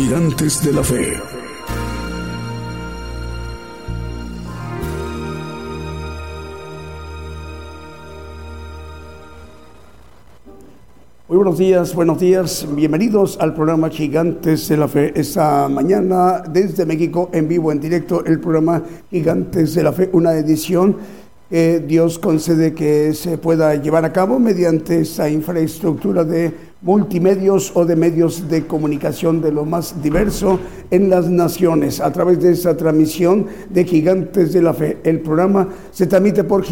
Gigantes de la Fe. Muy buenos días, bienvenidos al programa Gigantes de la Fe. Esta mañana desde México, en vivo, en directo, el programa Gigantes de la Fe, una edición que Dios concede que se pueda llevar a cabo mediante esta infraestructura de multimedios o de medios de comunicación de lo más diverso en las naciones, a través de esta transmisión de Gigantes de la Fe. El programa se transmite por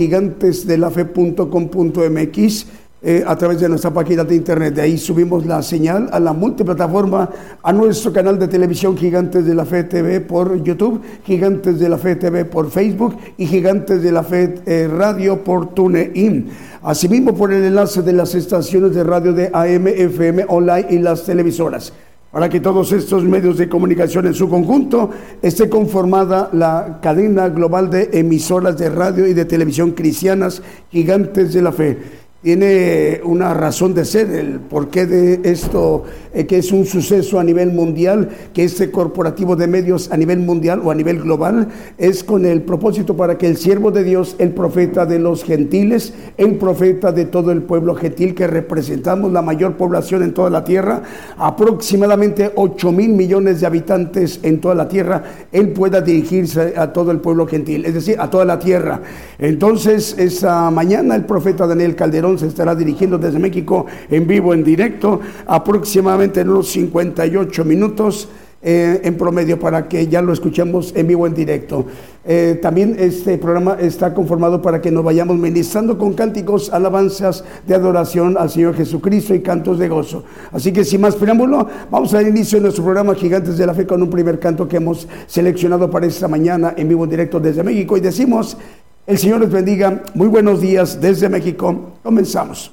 gigantesdelafe.com.mx, a través de nuestra página de internet. De ahí subimos la señal a la multiplataforma, a nuestro canal de televisión Gigantes de la Fe TV por YouTube, Gigantes de la Fe TV por Facebook y Gigantes de la Fe Radio por TuneIn. Asimismo, por el enlace de las estaciones de radio de AM, FM, online y las televisoras. Para que todos estos medios de comunicación en su conjunto esté conformada la cadena global de emisoras de radio y de televisión cristianas, Gigantes de la Fe. Tiene una razón de ser, el porqué de esto, que es un suceso a nivel mundial, que este corporativo de medios a nivel mundial o a nivel global es con el propósito para que el siervo de Dios, el profeta de los gentiles, el profeta de todo el pueblo gentil que representamos, la mayor población en toda la tierra, aproximadamente 8,000 millones de habitantes en toda la tierra, él pueda dirigirse a todo el pueblo gentil, es decir, a toda la tierra. Entonces, esta mañana el profeta Daniel Calderón se estará dirigiendo desde México en vivo, en directo, aproximadamente en unos 58 minutos en promedio, para que ya lo escuchemos en vivo, en directo. También este programa está conformado para que nos vayamos ministrando con cánticos, alabanzas de adoración al Señor Jesucristo y cantos de gozo. Así que sin más preámbulo, vamos a dar inicio a nuestro programa Gigantes de la Fe con un primer canto que hemos seleccionado para esta mañana en vivo, en directo desde México, y decimos: el Señor les bendiga. Muy buenos días desde México. Comenzamos.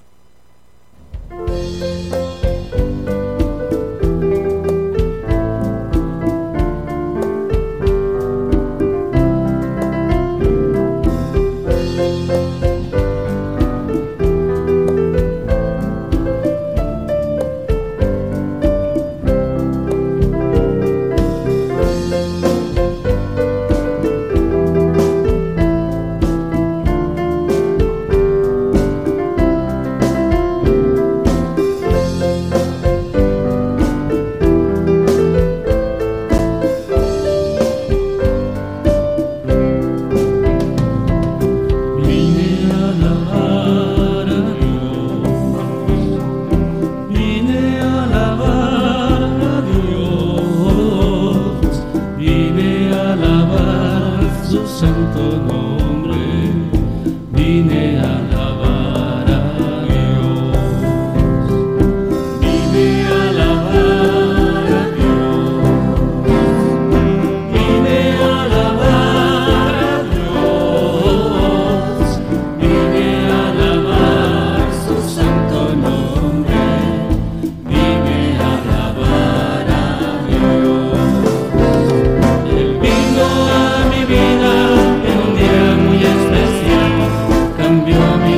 Cambió mi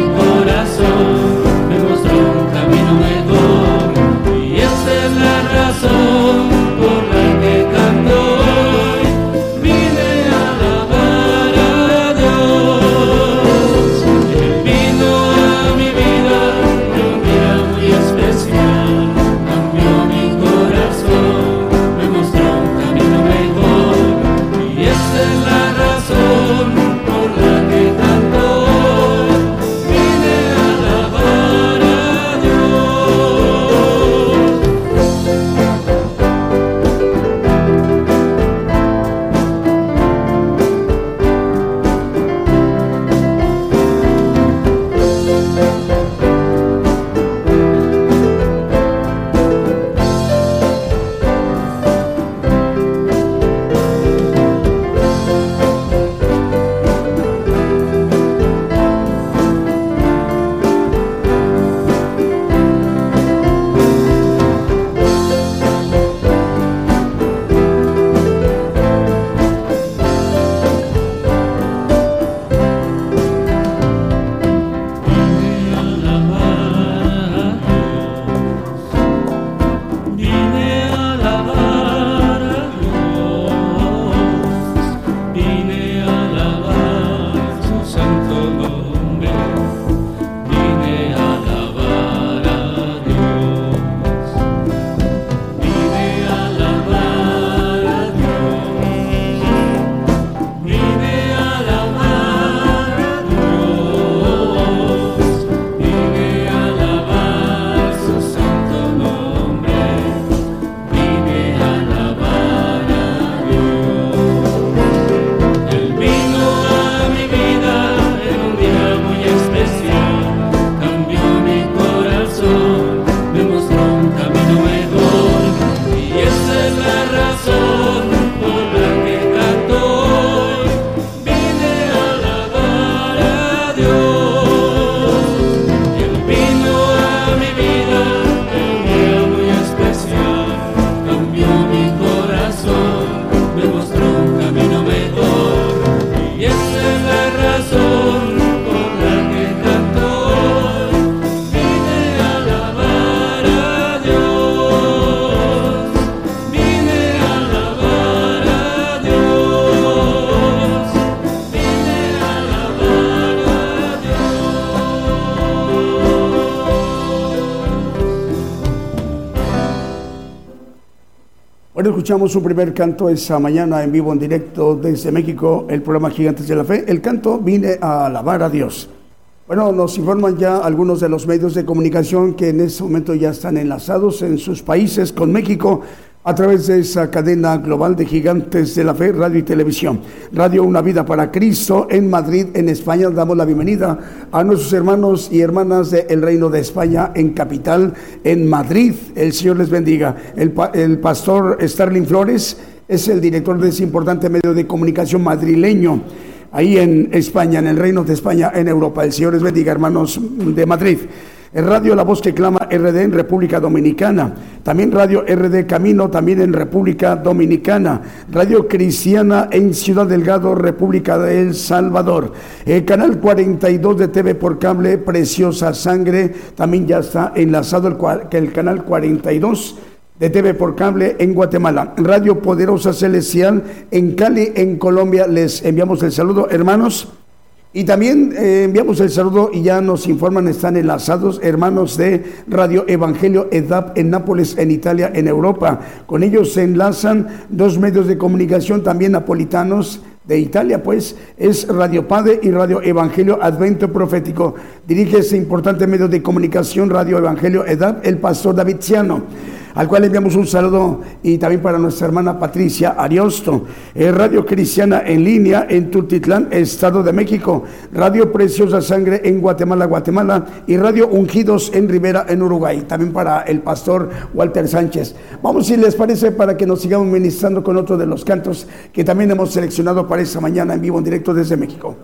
Bueno, escuchamos un primer canto esa mañana en vivo, en directo desde México, el programa Gigantes de la Fe. El canto Vine a alabar a Dios. Bueno, nos informan ya algunos de los medios de comunicación que en este momento ya están enlazados en sus países con México a través de esa cadena global de Gigantes de la Fe, radio y televisión. Radio Una Vida para Cristo en Madrid, en España. Damos la bienvenida a nuestros hermanos y hermanas del Reino de España en Capital, en Madrid. El Señor les bendiga. El pastor Starling Flores es el director de ese importante medio de comunicación madrileño, ahí en España, en el Reino de España, en Europa. El Señor les bendiga, hermanos de Madrid. El Radio La Voz que Clama RD en República Dominicana, también Radio RD Camino, también en República Dominicana, Radio Cristiana en Ciudad Delgado, República de El Salvador, el Canal 42 de TV por Cable, Preciosa Sangre, también ya está enlazado el Canal 42 de TV por Cable en Guatemala, Radio Poderosa Celestial en Cali, en Colombia. Les enviamos el saludo, hermanos. Y también enviamos el saludo y ya nos informan, están enlazados hermanos de Radio Evangelio EDAP en Nápoles, en Italia, en Europa. Con ellos se enlazan dos medios de comunicación también napolitanos de Italia, pues es Radio Padre y Radio Evangelio Advento Profético. Dirige ese importante medio de comunicación, Radio Evangelio EDAP, el pastor David Ciano, al cual enviamos un saludo, y también para nuestra hermana Patricia Ariosto. Radio Cristiana en Línea en Tultitlán, Estado de México, Radio Preciosa Sangre en Guatemala, y Radio Ungidos en Rivera, en Uruguay, también para el pastor Walter Sánchez. Vamos, si les parece, para que nos sigamos ministrando con otro de los cantos que también hemos seleccionado para esta mañana en vivo, en directo desde México.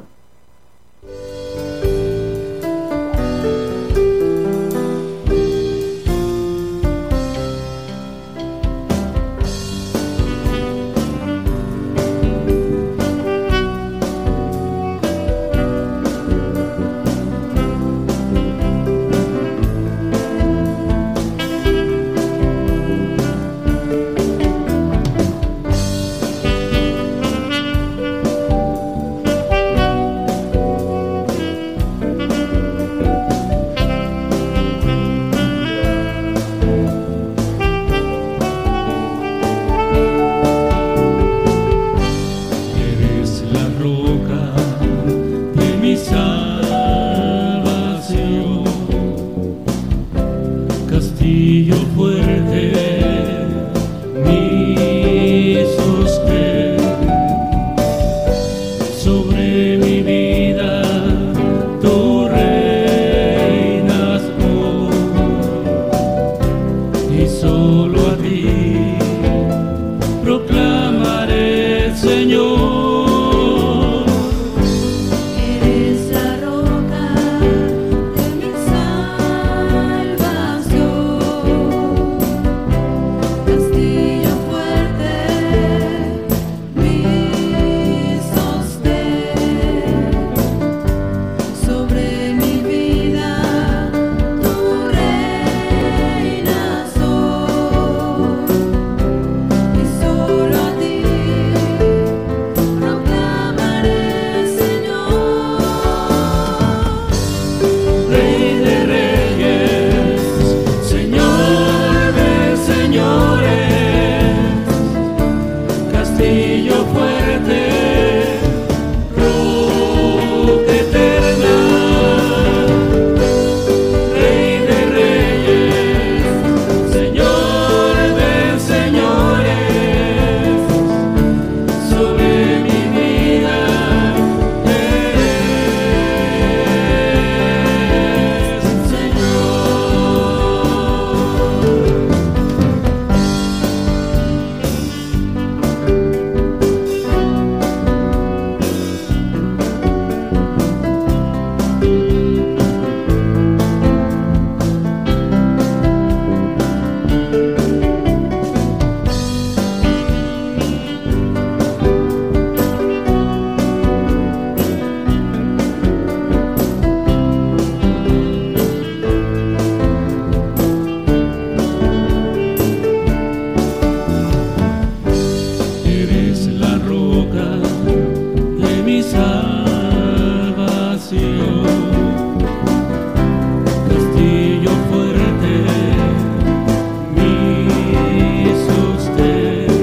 Castillo fuerte, mi sostén.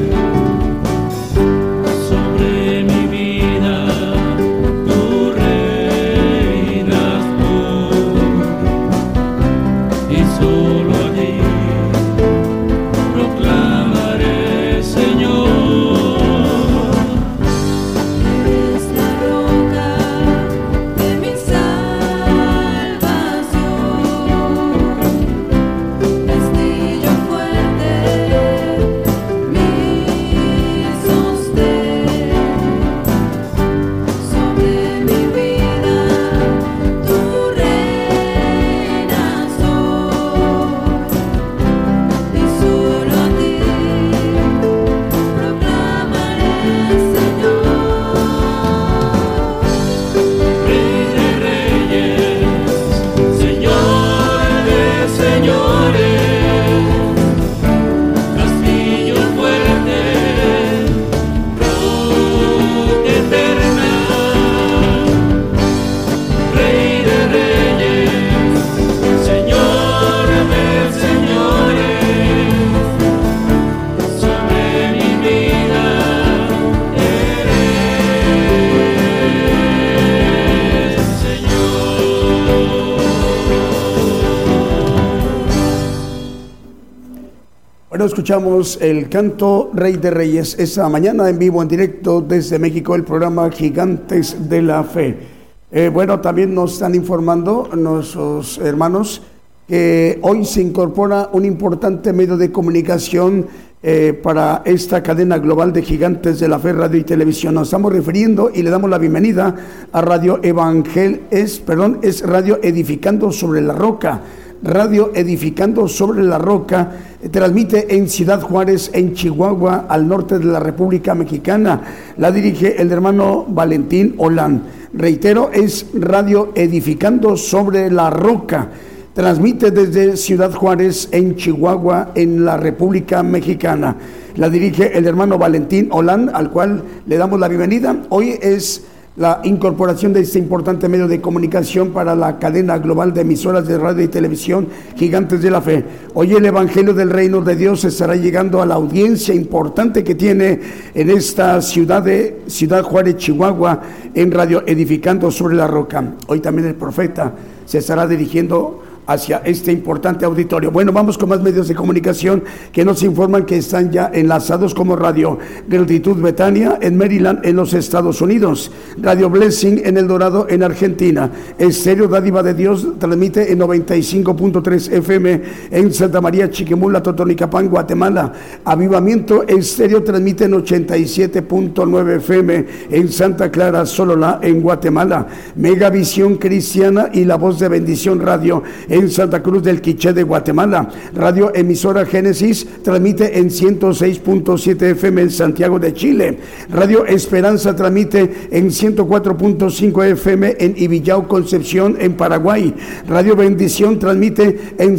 Bueno, escuchamos el canto Rey de Reyes esta mañana en vivo, en directo desde México, el programa Gigantes de la Fe. Bueno, también nos están informando nuestros hermanos que hoy se incorpora un importante medio de comunicación para esta cadena global de Gigantes de la Fe, radio y televisión. Nos estamos refiriendo y le damos la bienvenida a Radio es Radio Edificando sobre la Roca. Radio Edificando sobre la Roca transmite en Ciudad Juárez, en Chihuahua, al norte de la República Mexicana. La dirige el hermano Valentín Olán. Reitero, es Radio Edificando sobre la Roca. Transmite desde Ciudad Juárez, en Chihuahua, en la República Mexicana. La dirige el hermano Valentín Olán, al cual le damos la bienvenida. Hoy es la incorporación de este importante medio de comunicación para la cadena global de emisoras de radio y televisión Gigantes de la Fe. Hoy el Evangelio del Reino de Dios estará llegando a la audiencia importante que tiene en esta ciudad de Ciudad Juárez, Chihuahua, en Radio Edificando sobre la Roca. Hoy también el profeta se estará dirigiendo hacia este importante auditorio. Bueno, vamos con más medios de comunicación que nos informan que están ya enlazados, como Radio Gratitud Betania en Maryland, en los Estados Unidos, Radio Blessing en El Dorado, en Argentina, Estéreo Dádiva de Dios transmite en 95.3 FM en Santa María Chiquimula, Totonicapán, Guatemala. Avivamiento Estéreo transmite en 87.9 FM en Santa Clara, Sololá, en Guatemala. Megavisión Cristiana y La Voz de Bendición Radio en Santa Cruz del Quiché de Guatemala. Radio Emisora Génesis transmite en 106.7 FM en Santiago de Chile. Radio Esperanza transmite en 104.5 FM en Ibillao, Concepción, en Paraguay. Radio Bendición transmite en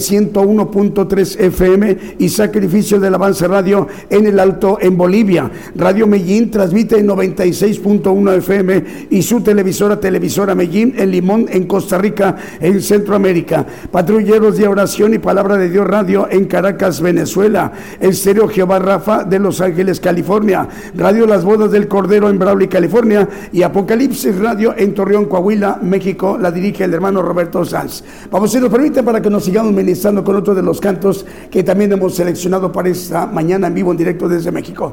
101.3 FM y Sacrificio de Alabanza Radio en El Alto, en Bolivia. Radio Medellín transmite en 96.1 FM y su televisora Medellín en Limón, en Costa Rica, en Centroamérica. Patrulleros de Oración y Palabra de Dios Radio en Caracas, Venezuela. Estéreo Jehová Rafa de Los Ángeles, California. Radio Las Bodas del Cordero en Brawley, California. Y Apocalipsis Radio en Torreón, Coahuila, México. La dirige el hermano Roberto Sanz. Vamos, si nos permite, para que nos sigamos ministrando con otro de los cantos que también hemos seleccionado para esta mañana en vivo, en directo desde México.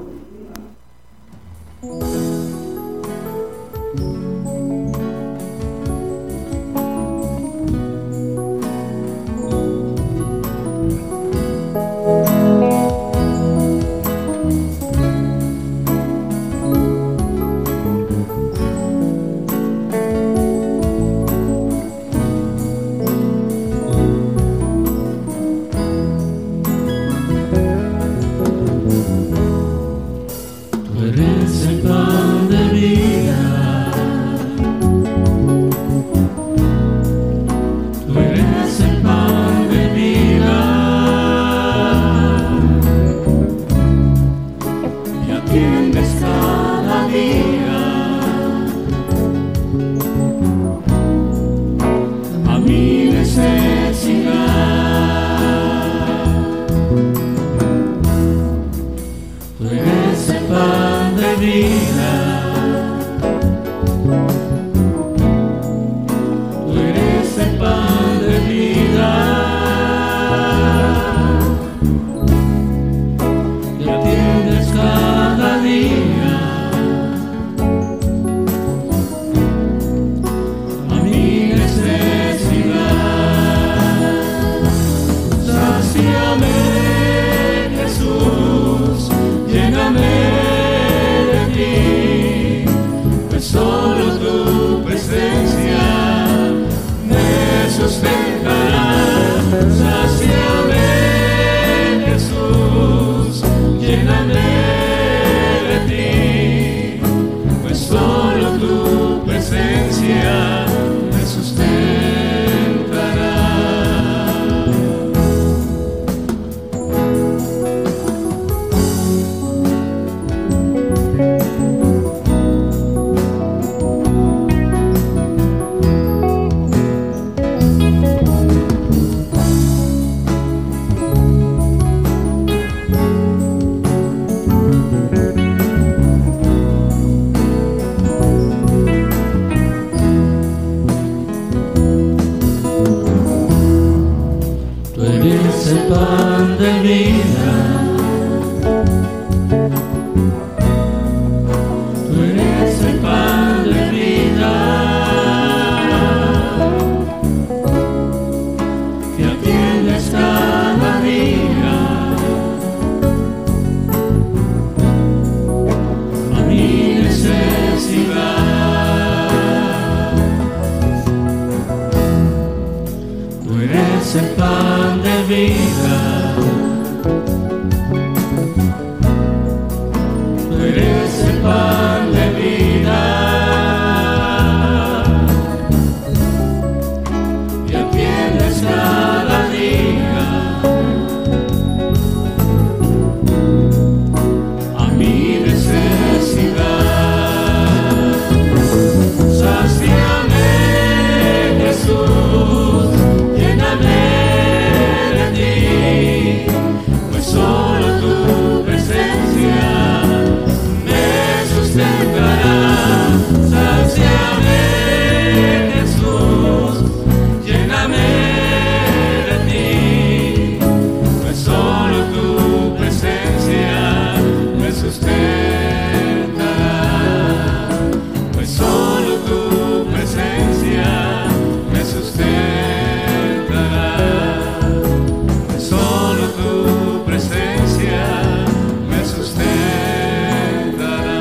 Tú eres el pan de vida. El pan de vida, tú eres el pan de vida, y atiendes cada día a mi necesidad. Sáciame, Jesús, lléname. Solo tu presencia me sustentará. Sáciame, Jesús, lléname de ti, pues solo tu presencia me sustentará, pues solo tu presencia me sustentará, pues solo tu presencia me sustentará.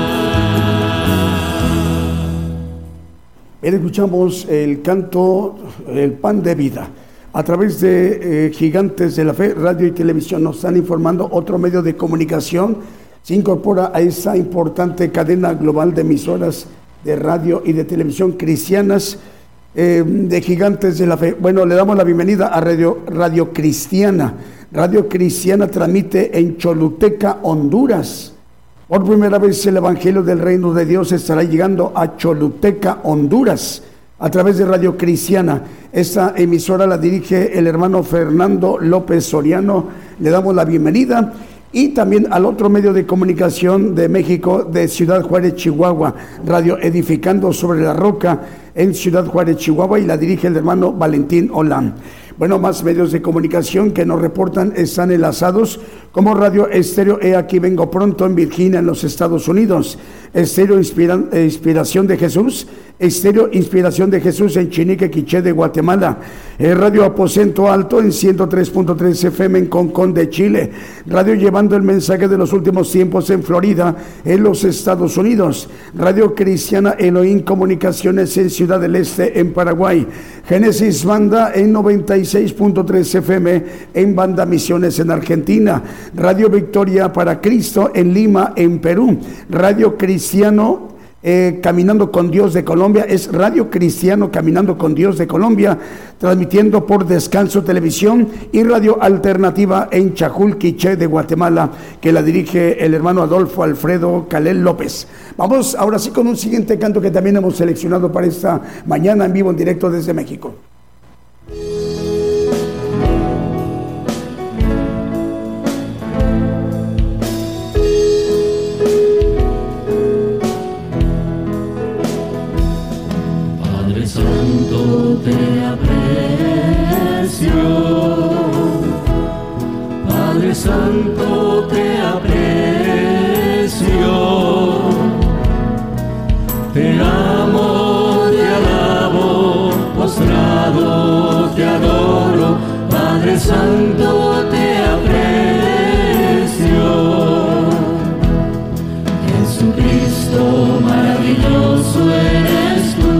Bien, escuchamos el canto El Pan de Vida a través de Gigantes de la Fe, radio y televisión. Nos están informando otro medio de comunicación se incorpora a esa importante cadena global de emisoras de radio y de televisión cristianas, de Gigantes de la Fe. Bueno, le damos la bienvenida a Radio Cristiana. Radio Cristiana transmite en Choluteca, Honduras. Por primera vez el Evangelio del Reino de Dios estará llegando a Choluteca, Honduras, a través de Radio Cristiana. Esta emisora la dirige el hermano Fernando López Soriano. Le damos la bienvenida. Y también al otro medio de comunicación de México, de Ciudad Juárez, Chihuahua, Radio Edificando sobre la Roca, en Ciudad Juárez, Chihuahua, y la dirige el hermano Valentín Olán. Bueno, más medios de comunicación que nos reportan están enlazados, como Radio Estéreo Aquí Vengo Pronto en Virginia, en los Estados Unidos, Estéreo Inspiración de Jesús, Estéreo Inspiración de Jesús en Chinique, Quiché de Guatemala, Radio Aposento Alto en 103.3 FM en Concón de Chile, Radio Llevando el Mensaje de los Últimos Tiempos en Florida, en los Estados Unidos, Radio Cristiana Elohim Comunicaciones en Ciudad del Este, en Paraguay, Génesis Banda en 96.3 FM en Banda Misiones en Argentina, Radio Victoria para Cristo en Lima, en Perú, Radio Cristiano Caminando con Dios de Colombia, es Radio Cristiano Caminando con Dios de Colombia, transmitiendo por Descanso Televisión, y Radio Alternativa en Chajul, Quiché de Guatemala, que la dirige el hermano Adolfo Alfredo Calel López. Vamos ahora sí con un siguiente canto que también hemos seleccionado para esta mañana en vivo en directo desde México. Santo, te aprecio, Padre Santo, te aprecio, te amo, te alabo, postrado te adoro, Padre Santo, te aprecio, Jesucristo, maravilloso eres tú.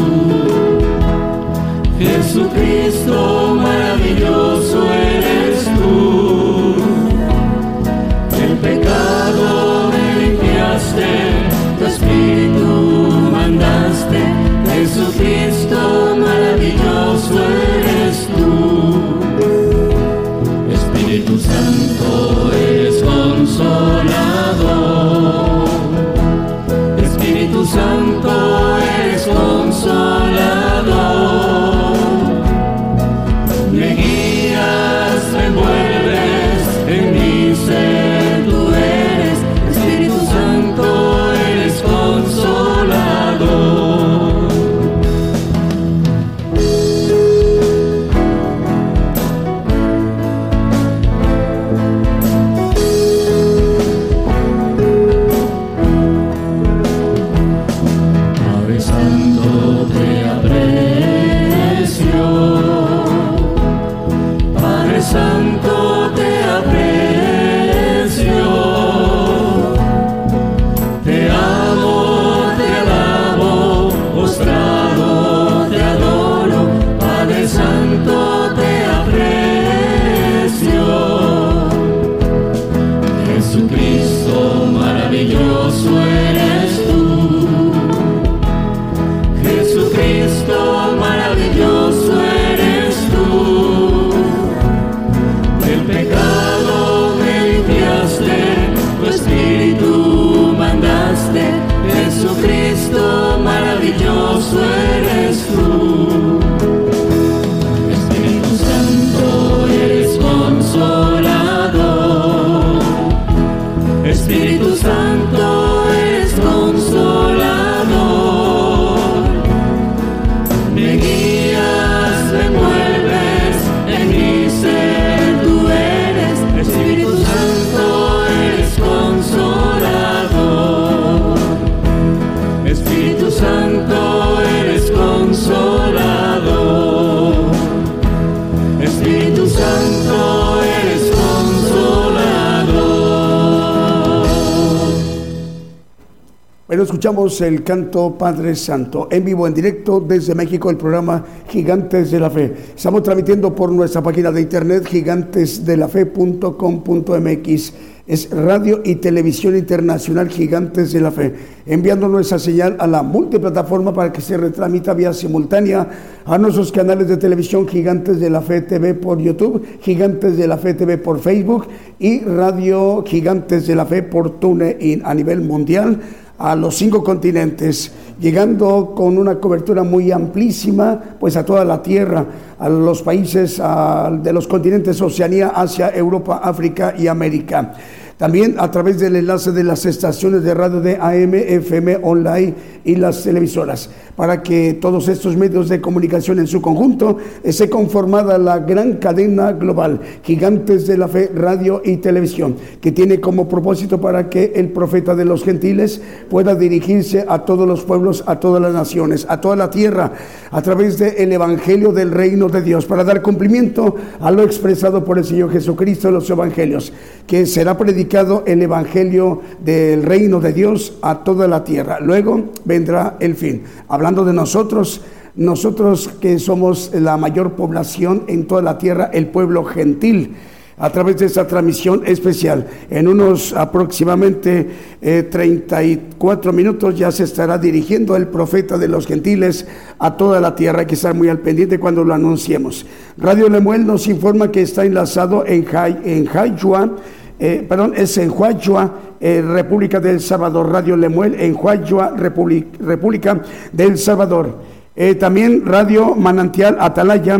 Jesucristo, maravilloso eres tú. El pecado me limpiaste, tu espíritu mandaste. Jesucristo, maravilloso eres tú. Espíritu Santo, eres consolador. Espíritu Santo, eres consolador. Me guías, me envuelves Bueno, escuchamos el canto Padre Santo en vivo, en directo desde México, el programa Gigantes de la Fe. Estamos transmitiendo por nuestra página de internet gigantesdelafe.com.mx. Es radio y televisión internacional Gigantes de la Fe, enviando nuestra señal a la multiplataforma para que se retransmita vía simultánea a nuestros canales de televisión Gigantes de la Fe TV por YouTube, Gigantes de la Fe TV por Facebook y Radio Gigantes de la Fe por TuneIn a nivel mundial, a los 5 continentes, llegando con una cobertura muy amplísima, pues a toda la tierra, a los países de los continentes Oceanía, Asia, Europa, África y América. También a través del enlace de las estaciones de radio de AM, FM, online y las televisoras, para que todos estos medios de comunicación en su conjunto esté conformada la gran cadena global, Gigantes de la Fe, radio y televisión, que tiene como propósito para que el profeta de los gentiles pueda dirigirse a todos los pueblos, a todas las naciones, a toda la tierra, a través del evangelio del reino de Dios, para dar cumplimiento a lo expresado por el Señor Jesucristo en los evangelios, que será predicado el evangelio del reino de Dios a toda la tierra. Luego vendrá el fin. Hablando de nosotros que somos la mayor población en toda la tierra, el pueblo gentil, a través de esta transmisión especial, en unos aproximadamente 34 minutos ya se estará dirigiendo el profeta de los gentiles a toda la tierra. Hay que estar muy al pendiente cuando lo anunciemos. Radio Lemuel nos informa que está enlazado en Huaychua, República del Salvador. Radio Lemuel en Huaychua, República del Salvador. También Radio Manantial Atalaya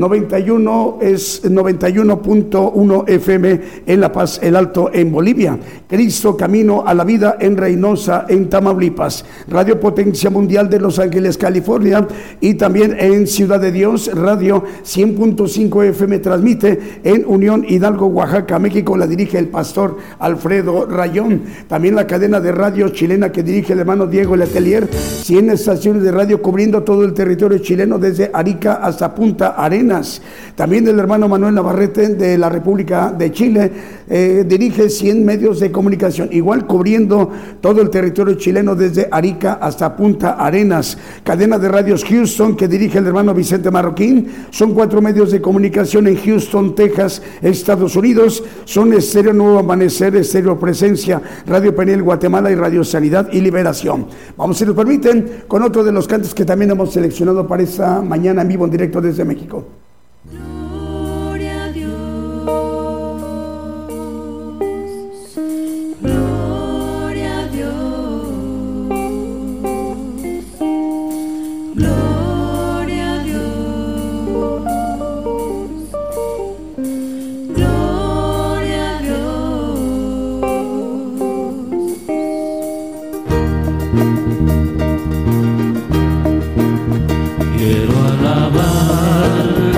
91.1 FM en La Paz, El Alto, en Bolivia. Cristo Camino a la Vida en Reynosa, en Tamaulipas. Radio Potencia Mundial de Los Ángeles, California, y también en Ciudad de Dios, Radio 100.5 FM transmite en Unión Hidalgo, Oaxaca, México. La dirige el pastor Alfredo Rayón. También la cadena de radio chilena que dirige el hermano Diego Letelier, 100 estaciones de radio cubriendo todo el territorio chileno desde Arica hasta Punta Arenas. También el hermano Manuel Navarrete de la República de Chile dirige 100 medios de comunicación, igual cubriendo todo el territorio chileno desde Arica hasta Punta Arenas. Cadena de radios Houston que dirige el hermano Vicente Marroquín. Son 4 medios de comunicación en Houston, Texas, Estados Unidos. Son Estéreo Nuevo Amanecer, Estéreo Presencia, Radio Peniel Guatemala y Radio Sanidad y Liberación. Vamos, si nos permiten, con otro de los cantos que también hemos seleccionado para esta mañana en vivo, en directo desde México. Gloria a Dios, gloria a Dios, gloria a Dios, gloria a Dios. Quiero alabar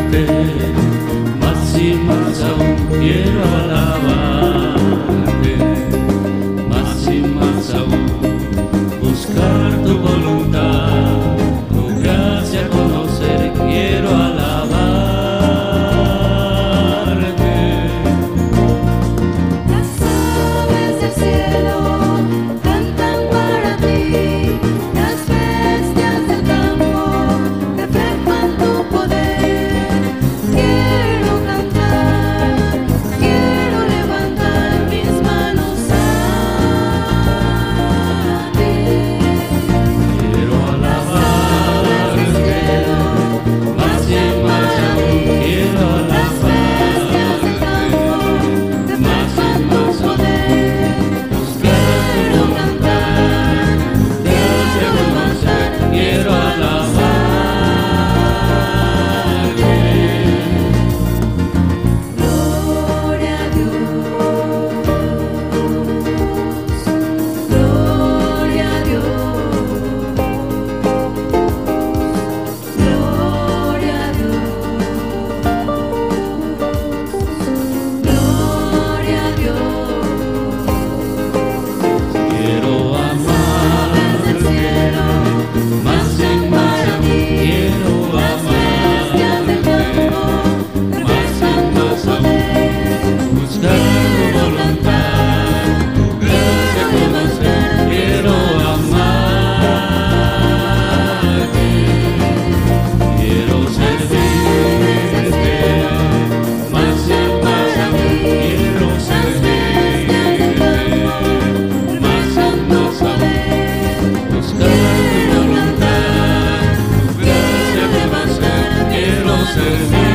servirte,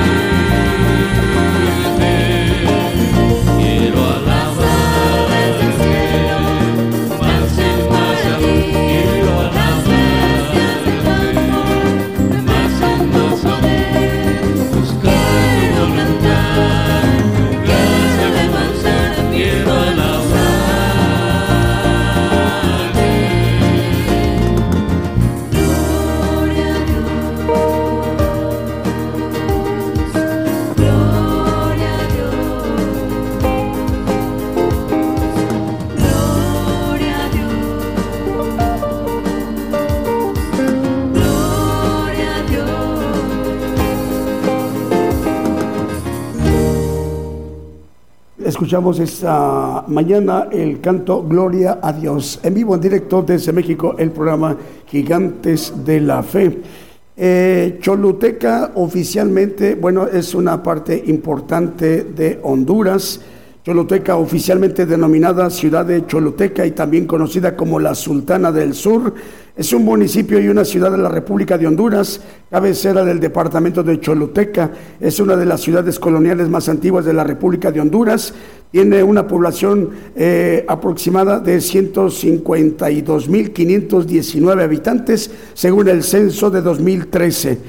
quiero alabarte, más y más a ti, quiero alabarte, más y más a ti, buscar tu voluntad, tu gracia de avanzar, quiero alabarte. Gloria a Dios, gloria a Dios, gloria a Dios. Escuchamos esta mañana el canto Gloria a Dios, en vivo, en directo desde México, el programa Gigantes de la Fe. Choluteca oficialmente, bueno, es una parte importante de Honduras. Choluteca, oficialmente denominada Ciudad de Choluteca y también conocida como la Sultana del Sur, es un municipio y una ciudad de la República de Honduras, cabecera del departamento de Choluteca. Es una de las ciudades coloniales más antiguas de la República de Honduras. Tiene una población aproximada de 152.519 habitantes, según el censo de 2013.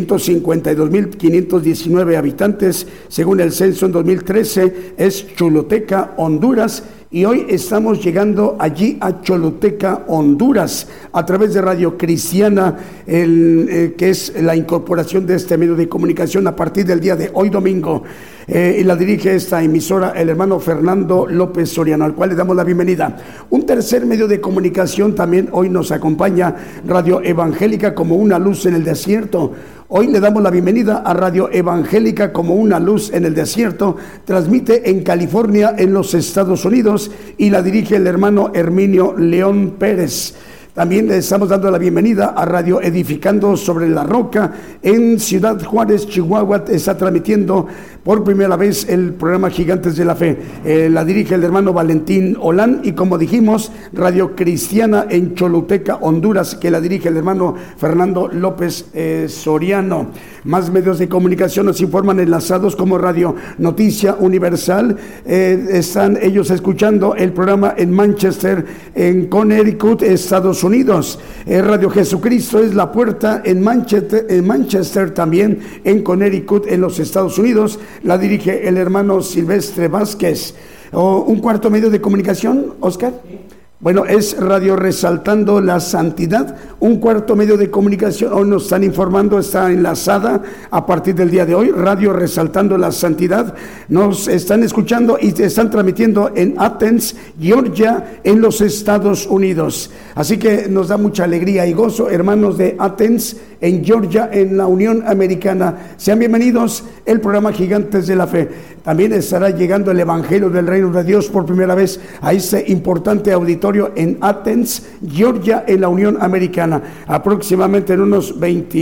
152.519 habitantes, según el censo en 2013, es Choluteca, Honduras. Y hoy estamos llegando allí a Choluteca, Honduras, a través de Radio Cristiana, que es la incorporación de este medio de comunicación a partir del día de hoy domingo. Y la dirige esta emisora el hermano Fernando López Soriano, al cual le damos la bienvenida. Un tercer medio de comunicación también hoy nos acompaña, Radio Evangélica como una luz en el desierto. Hoy le damos la bienvenida a Radio Evangélica como una luz en el desierto. Transmite en California, en los Estados Unidos, y la dirige el hermano Herminio León Pérez. También le estamos dando la bienvenida a Radio Edificando sobre la Roca en Ciudad Juárez, Chihuahua. Está transmitiendo por primera vez el programa Gigantes de la Fe. La dirige el hermano Valentín Olán, y como dijimos, Radio Cristiana en Choluteca, Honduras, que la dirige el hermano Fernando López Soriano. Más medios de comunicación nos informan enlazados como Radio Noticia Universal. Están ellos escuchando el programa en Manchester, en Connecticut, Estados Unidos. Radio Jesucristo es la puerta en Manchester también, en Connecticut, en los Estados Unidos. La dirige el hermano Silvestre Vázquez. ¿Un cuarto medio de comunicación, Oscar? Bueno, es Radio Resaltando la Santidad, un cuarto medio de comunicación. Hoy nos están informando, está enlazada a partir del día de hoy, Radio Resaltando la Santidad. Nos están escuchando y están transmitiendo en Athens, Georgia, en los Estados Unidos. Así que nos da mucha alegría y gozo, hermanos de Athens, en Georgia, en la Unión Americana. Sean bienvenidos el programa Gigantes de la Fe. También estará llegando el Evangelio del Reino de Dios por primera vez a este importante auditorio en Athens, Georgia, en la Unión Americana. Aproximadamente en unos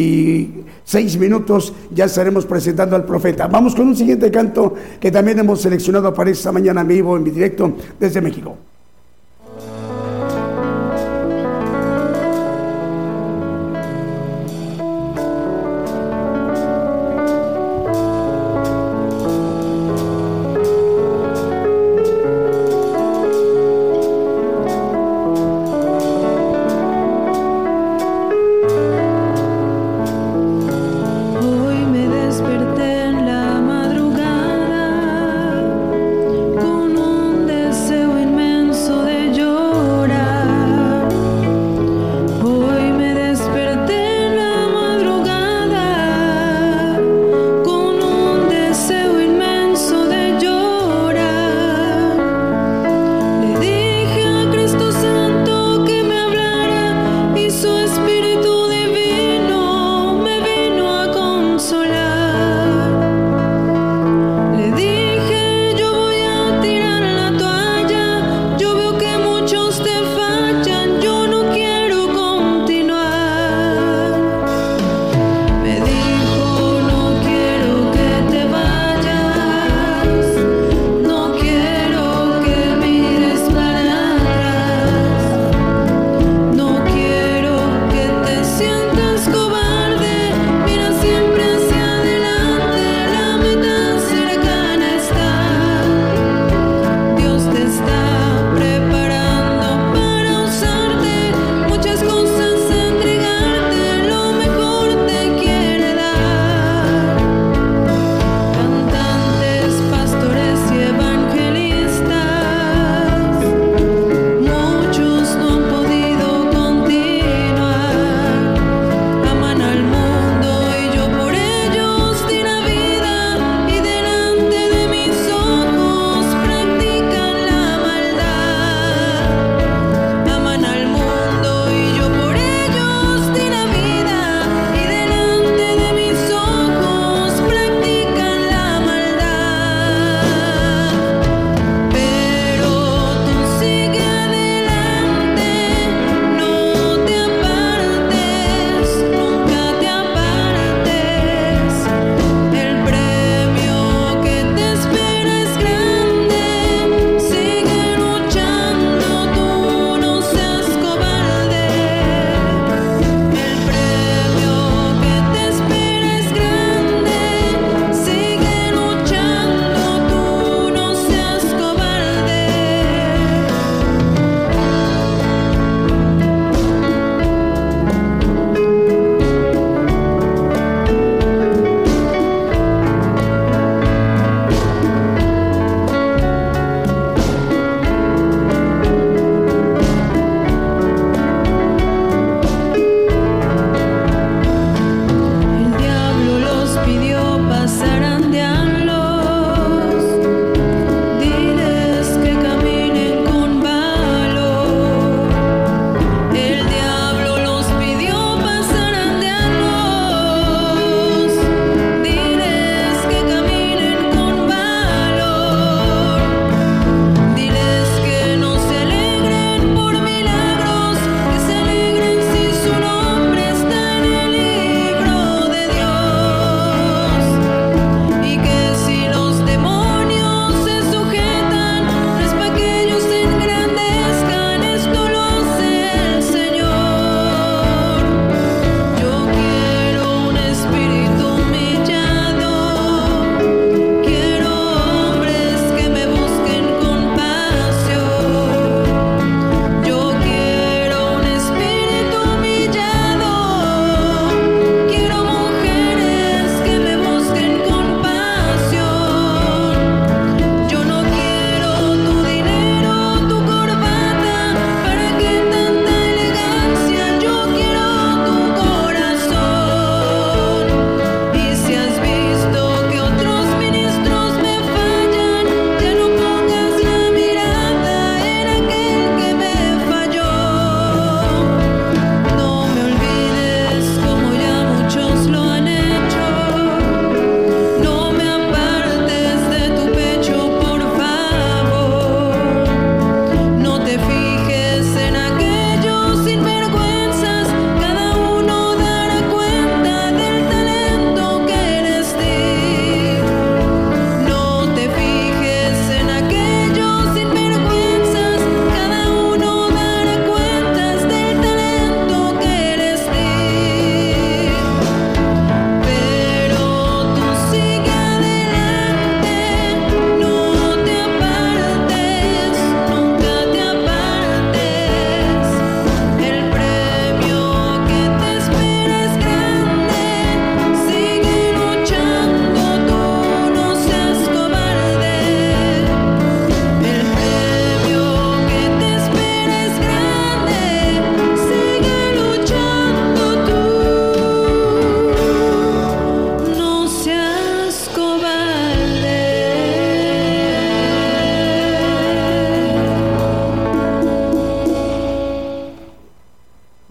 26 minutos ya estaremos presentando al profeta. Vamos con un siguiente canto que también hemos seleccionado para esta mañana en vivo, en directo desde México. Hoy me desperté en la madrugada con un deseo inmenso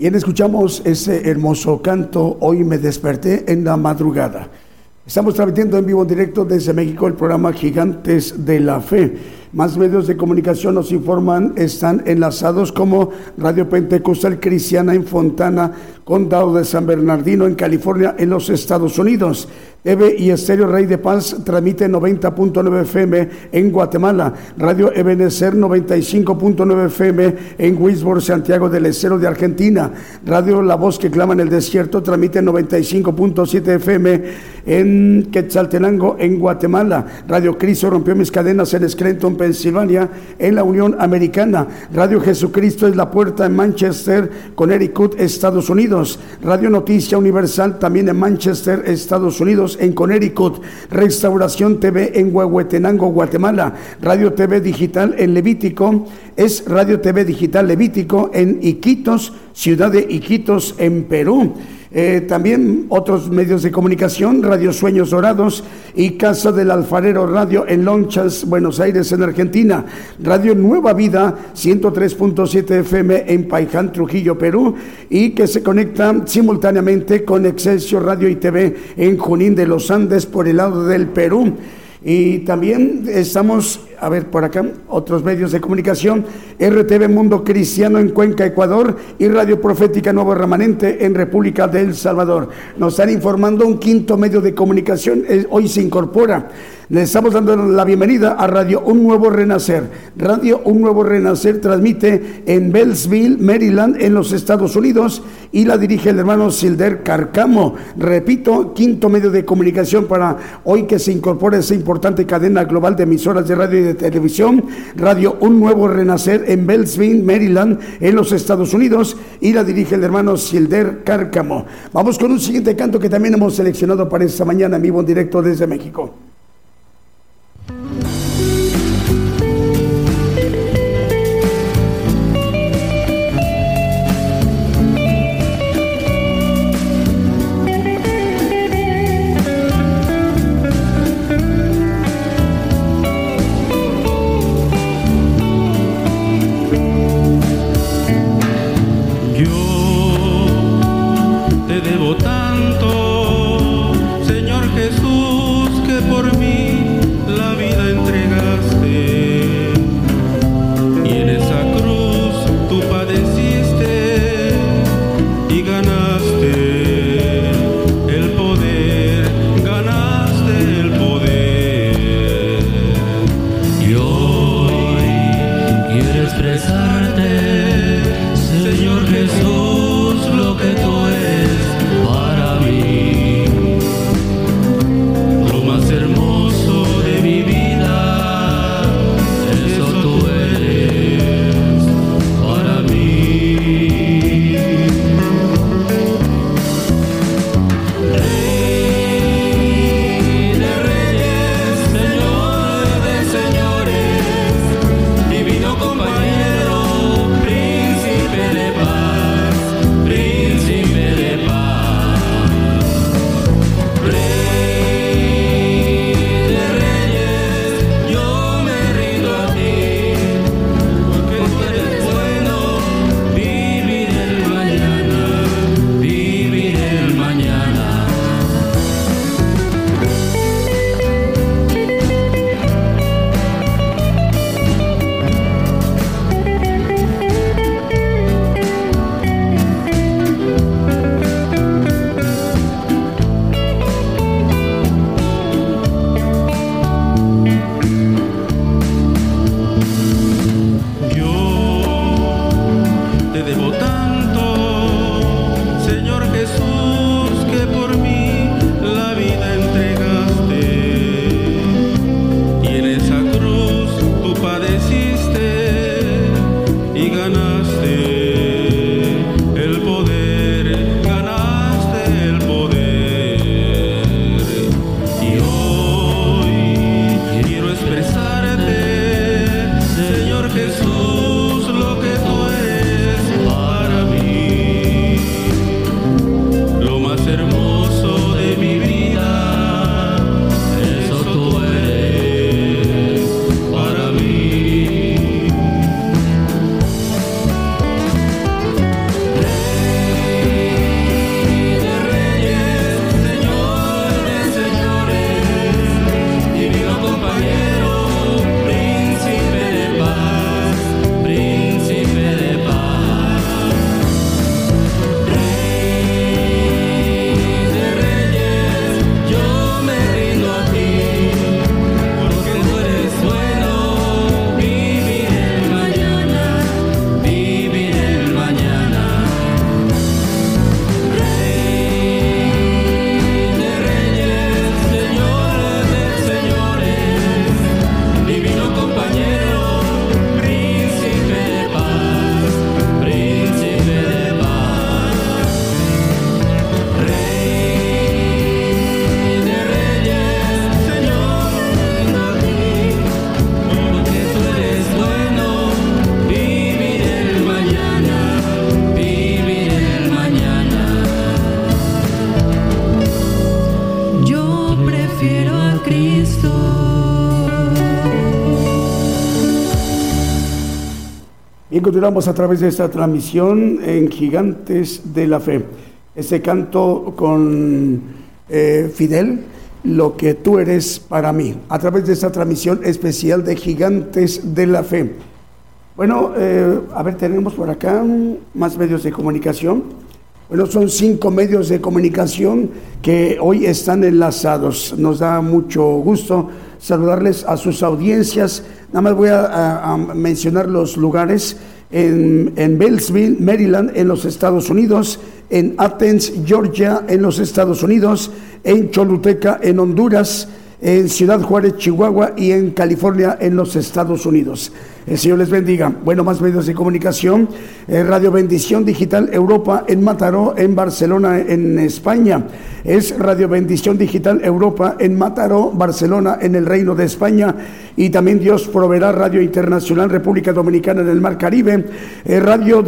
Bien, escuchamos ese hermoso canto, Hoy me desperté en la madrugada. Estamos transmitiendo en vivo en directo desde México el programa Gigantes de la Fe. Más medios de comunicación nos informan, están enlazados como Radio Pentecostal Cristiana en Fontana, Condado de San Bernardino, en California, en los Estados Unidos. TV y Estéreo Rey de Paz transmite 90.9 FM en Guatemala. Radio Ebenecer 95.9 FM en Wisborne, Santiago del Estero de Argentina. Radio La Voz que clama en el desierto transmite 95.7 FM en Quetzaltenango, en Guatemala. Radio Cristo rompió mis cadenas en Scranton, Pensilvania, en la Unión Americana. Radio Jesucristo es la puerta en Manchester, Connecticut, Estados Unidos. Radio Noticia Universal también en Manchester, Estados Unidos, en Connecticut. Restauración TV en Huehuetenango, Guatemala. Radio TV Digital en Levítico es Radio TV Digital Levítico en Iquitos, ciudad de Iquitos, en Perú. También otros medios de comunicación, Radio Sueños Dorados y Casa del Alfarero Radio en Lonchas, Buenos Aires, en Argentina. Radio Nueva Vida 103.7 FM en Paiján, Trujillo, Perú, y que se conecta simultáneamente con Excelsior Radio y TV en Junín de los Andes, por el lado del Perú. Y también estamos, a ver por acá, otros medios de comunicación, RTV Mundo Cristiano en Cuenca, Ecuador, y Radio Profética Nuevo Remanente en República del Salvador. Nos están informando un quinto medio de comunicación, hoy se incorpora. Le estamos dando la bienvenida a Radio Un Nuevo Renacer. Radio Un Nuevo Renacer transmite en Bellsville, Maryland, en los Estados Unidos, y la dirige el hermano Silder Carcamo. Repito, quinto medio de comunicación para hoy que se incorpora esa importante cadena global de emisoras de radio y de televisión. Radio Un Nuevo Renacer en Bellsville, Maryland, en los Estados Unidos, y la dirige el hermano Silder Cárcamo. Vamos con un siguiente canto que también hemos seleccionado para esta mañana en vivo en directo desde México. Lo más hermoso de mi vida prefiero a Cristo. Bien, continuamos a través de esta transmisión en Gigantes de la Fe. Este canto con Fidel, lo que tú eres para mí, a través de esta transmisión especial de Gigantes de la Fe. Bueno, a ver, tenemos por acá más medios de comunicación. Bueno, son 5 medios de comunicación que hoy están enlazados. Nos da mucho gusto saludarles a sus audiencias. Nada más voy a mencionar los lugares: en Beltsville, Maryland, en los Estados Unidos; en Athens, Georgia, en los Estados Unidos; en Choluteca, en Honduras; en Ciudad Juárez, Chihuahua; y en California, en los Estados Unidos. El Señor les bendiga. Bueno, más medios de comunicación: Radio Bendición Digital Europa en Mataró, en Barcelona, en España. Es Radio Bendición Digital Europa en Mataró, Barcelona, en el Reino de España. Y también Dios Proveerá Radio Internacional República Dominicana en el Mar Caribe. Radio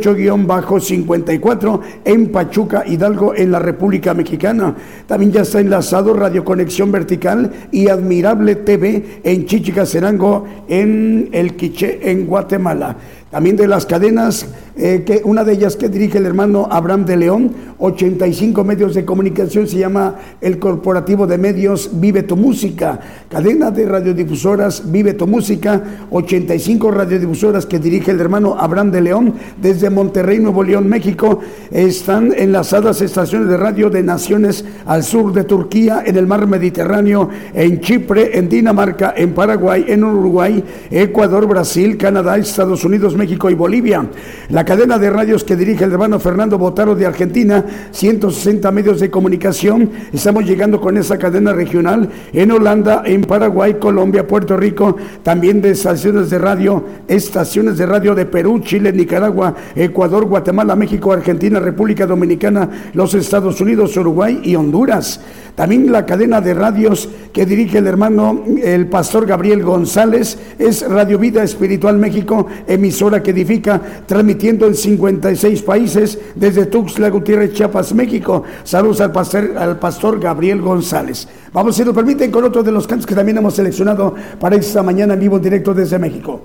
18-54 en Pachuca, Hidalgo, en la República Mexicana. También ya está enlazado Radio Conexión Vertical y Admirable TV en Chichicastenango, en El Quiché, en Guatemala. También de las cadenas, que una de ellas que dirige el hermano Abraham de León, 85 medios de comunicación, se llama el Corporativo de Medios Vive tu Música. Cadena de radiodifusoras Vive tu Música, 85 radiodifusoras que dirige el hermano Abraham de León. Desde Monterrey, Nuevo León, México, están enlazadas estaciones de radio de naciones al sur de Turquía, en el mar Mediterráneo, en Chipre, en Dinamarca, en Paraguay, en Uruguay, Ecuador, Brasil, Canadá, Estados Unidos, México y Bolivia. La cadena de radios que dirige el hermano Fernando Botaro de Argentina, 160 medios de comunicación. Estamos llegando con esa cadena regional en Holanda, en Paraguay, Colombia, Puerto Rico. También de estaciones de radio de Perú, Chile, Nicaragua, Ecuador, Guatemala, México, Argentina, República Dominicana, los Estados Unidos, Uruguay y Honduras. También la cadena de radios que dirige el hermano, el pastor Gabriel González, es Radio Vida Espiritual México, emisora que edifica, transmitiendo en 56 países desde Tuxtla Gutiérrez, Chiapas, México. Saludos al pastor Gabriel González. Vamos, si nos permiten, con otro de los cantos que también hemos seleccionado para esta mañana en vivo en directo desde México.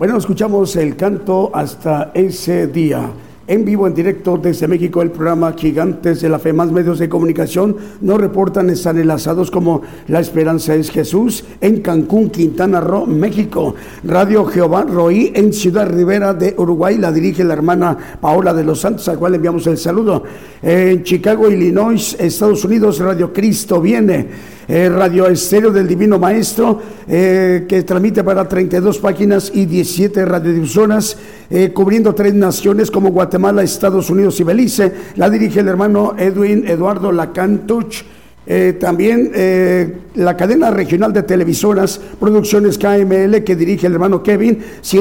Bueno, escuchamos el canto Hasta ese día. En vivo, en directo desde México, el programa Gigantes de la Fe. Más medios de comunicación nos reportan, están enlazados como La Esperanza es Jesús en Cancún, Quintana Roo, México. Radio Jehová Roí en Ciudad Rivera de Uruguay, la dirige la hermana Paola de los Santos, al cual enviamos el saludo. En Chicago, Illinois, Estados Unidos, Radio Cristo Viene. Radio Estéreo del Divino Maestro, que transmite para 32 páginas y 17 radiodifusoras, cubriendo 3 naciones como Guatemala, Estados Unidos y Belice. La dirige el hermano Edwin Eduardo Lacantuch. También la cadena regional de televisoras Producciones KML, que dirige el hermano Kevin,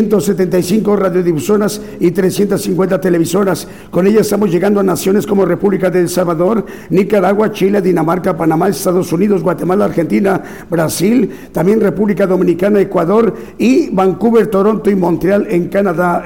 175 radiodifusoras y 350 televisoras. Con ella estamos llegando a naciones como República de El Salvador, Nicaragua, Chile, Dinamarca, Panamá, Estados Unidos, Guatemala, Argentina, Brasil, también República Dominicana, Ecuador y Vancouver, Toronto y Montreal en Canadá,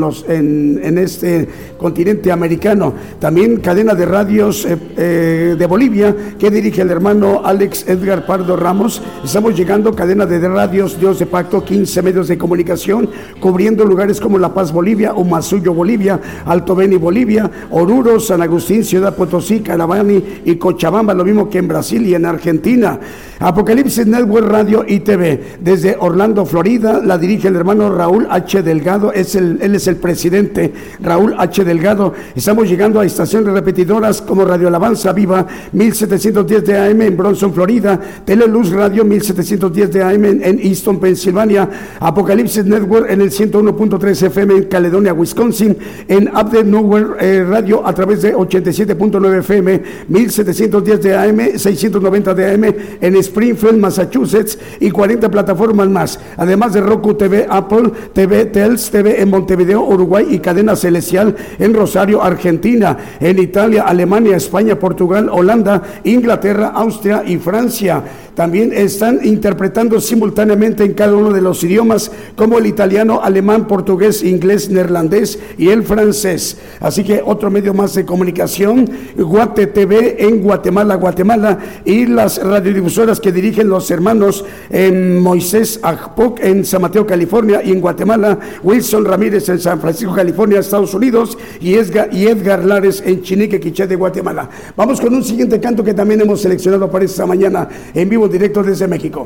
en este continente americano. También cadena de radios de Bolivia, que dirige el hermano Alex Edgar Pardo Ramos. Estamos llegando, cadena de radios Dios de Pacto, 15 medios de comunicación, cubriendo lugares como La Paz, Bolivia, Umasuyo, Bolivia, Alto Beni, Bolivia, Oruro, San Agustín, Ciudad Potosí, Caravani y Cochabamba, lo mismo que en Brasil y en Argentina. Apocalipsis Network Radio y TV, desde Orlando, Florida, la dirige el hermano Raúl H. Delgado, él es el presidente, Raúl H. Delgado. Estamos llegando a estaciones repetidoras como Radio Alabanza Viva, 1710 de AM en Bronson, Florida, Teleluz Radio 1710 de AM en Easton, Pensilvania, Apocalipsis Network en el 101.3 FM en Caledonia, Wisconsin, en Update Nowhere Radio a través de 87.9 FM, 1710 de AM, 690 de AM en Springfield, Massachusetts y 40 plataformas más, además de Roku TV, Apple TV, Tels TV en Montevideo, Uruguay y Cadena Celestial en Rosario, Argentina, en Italia, Alemania, España, Portugal, Holanda, Inglaterra, Austria y Francia. También están interpretando simultáneamente en cada uno de los idiomas, como el italiano, alemán, portugués, inglés, neerlandés y el francés. Así que otro medio más de comunicación, Guate TV en Guatemala, Guatemala, y las radiodifusoras que dirigen los hermanos en Moisés Agpoc en San Mateo, California, y en Guatemala, Wilson Ramírez en San Francisco, California, Estados Unidos, y Edgar Lares en Chinique, Quiché de Guatemala. Vamos con un siguiente canto que también hemos seleccionado para esta mañana en vivo directo desde México.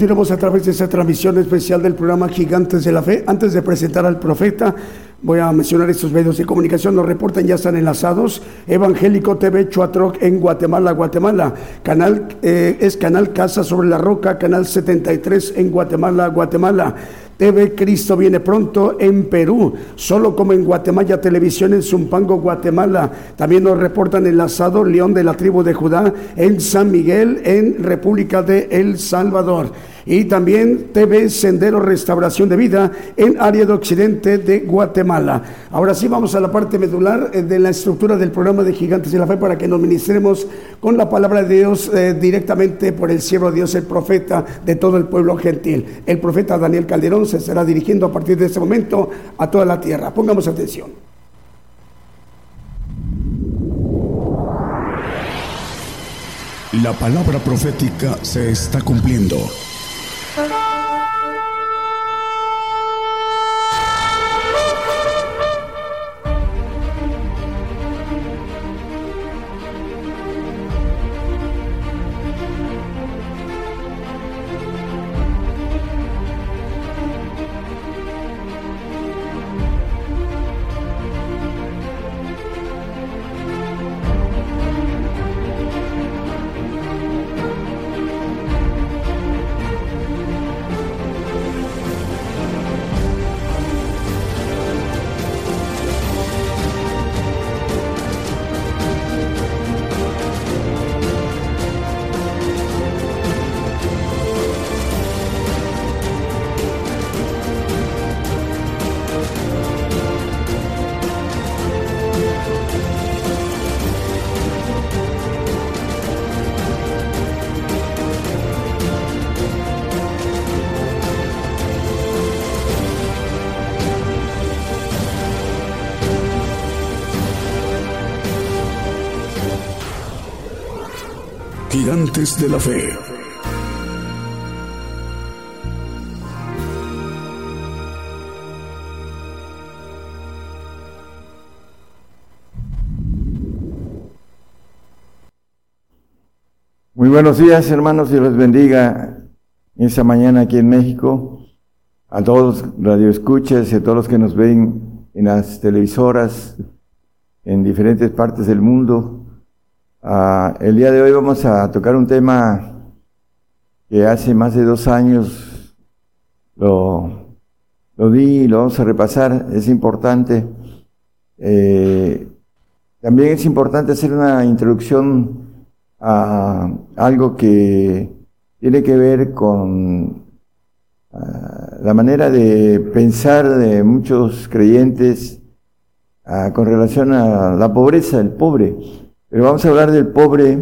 Continuamos a través de esta transmisión especial del programa Gigantes de la Fe. Antes de presentar al profeta, voy a mencionar estos medios de comunicación. Nos reportan, ya están enlazados. Evangélico TV Chuatroc en Guatemala, Guatemala. Es Canal Casa sobre la Roca, Canal 73 en Guatemala, Guatemala. TV Cristo viene pronto en Perú, solo como en Guatemala Televisión en Zumpango, Guatemala. También nos reportan enlazado León de la tribu de Judá en San Miguel, en República de El Salvador. Y también TV Sendero Restauración de Vida en área de occidente de Guatemala. Ahora sí vamos a la parte medular de la estructura del programa de Gigantes de la Fe para que nos ministremos con la palabra de Dios directamente por el siervo de Dios, el profeta de todo el pueblo gentil. El profeta Daniel Calderón se estará dirigiendo a partir de este momento a toda la tierra. Pongamos atención. La palabra profética se está cumpliendo. Gigantes de la Fe. Muy buenos días, hermanos, y los bendiga esta mañana aquí en México, a todos los radioescuchas y a todos los que nos ven en las televisoras en diferentes partes del mundo. El día de hoy vamos a tocar un tema que hace más de 2 años lo di y lo vamos a repasar. Es importante. También es importante hacer una introducción a algo que tiene que ver con la manera de pensar de muchos creyentes con relación a la pobreza, el pobre. Pero vamos a hablar del pobre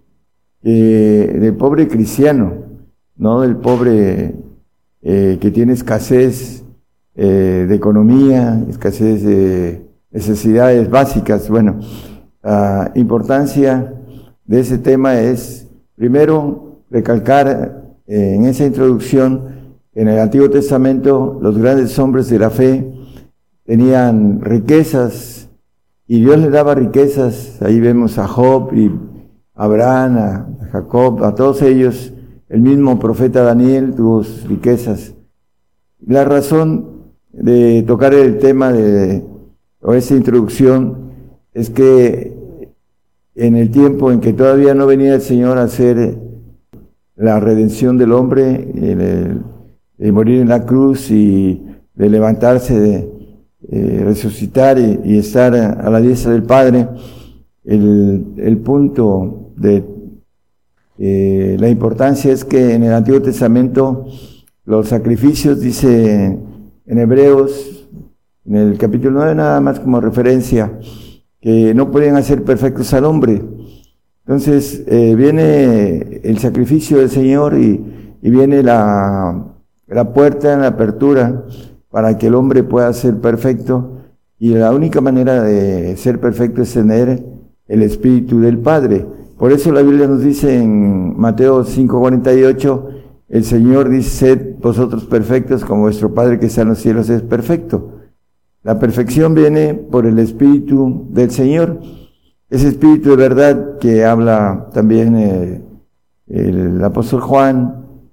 cristiano, no del pobre que tiene escasez de economía, escasez de necesidades básicas. Bueno, la importancia de ese tema es, primero, recalcar en esa introducción, en el Antiguo Testamento, los grandes hombres de la fe tenían riquezas, y Dios les daba riquezas. Ahí vemos a Job y a Abraham, a Jacob, a todos ellos. El mismo profeta Daniel tuvo sus riquezas. La razón de tocar el tema o esta introducción es que en el tiempo en que todavía no venía el Señor a hacer la redención del hombre, de morir en la cruz y de levantarse, resucitar y estar a la diestra del Padre, el punto de la importancia es que en el Antiguo Testamento los sacrificios, dice en Hebreos, en el capítulo 9, nada más como referencia, que no podían hacer perfectos al hombre. Entonces viene el sacrificio del Señor y viene la puerta, la apertura para que el hombre pueda ser perfecto, y la única manera de ser perfecto es tener el Espíritu del Padre. Por eso la Biblia nos dice en Mateo 5:48, el Señor dice: sed vosotros perfectos como vuestro Padre que está en los cielos es perfecto. La perfección viene por el Espíritu del Señor, ese Espíritu de verdad que habla también el apóstol Juan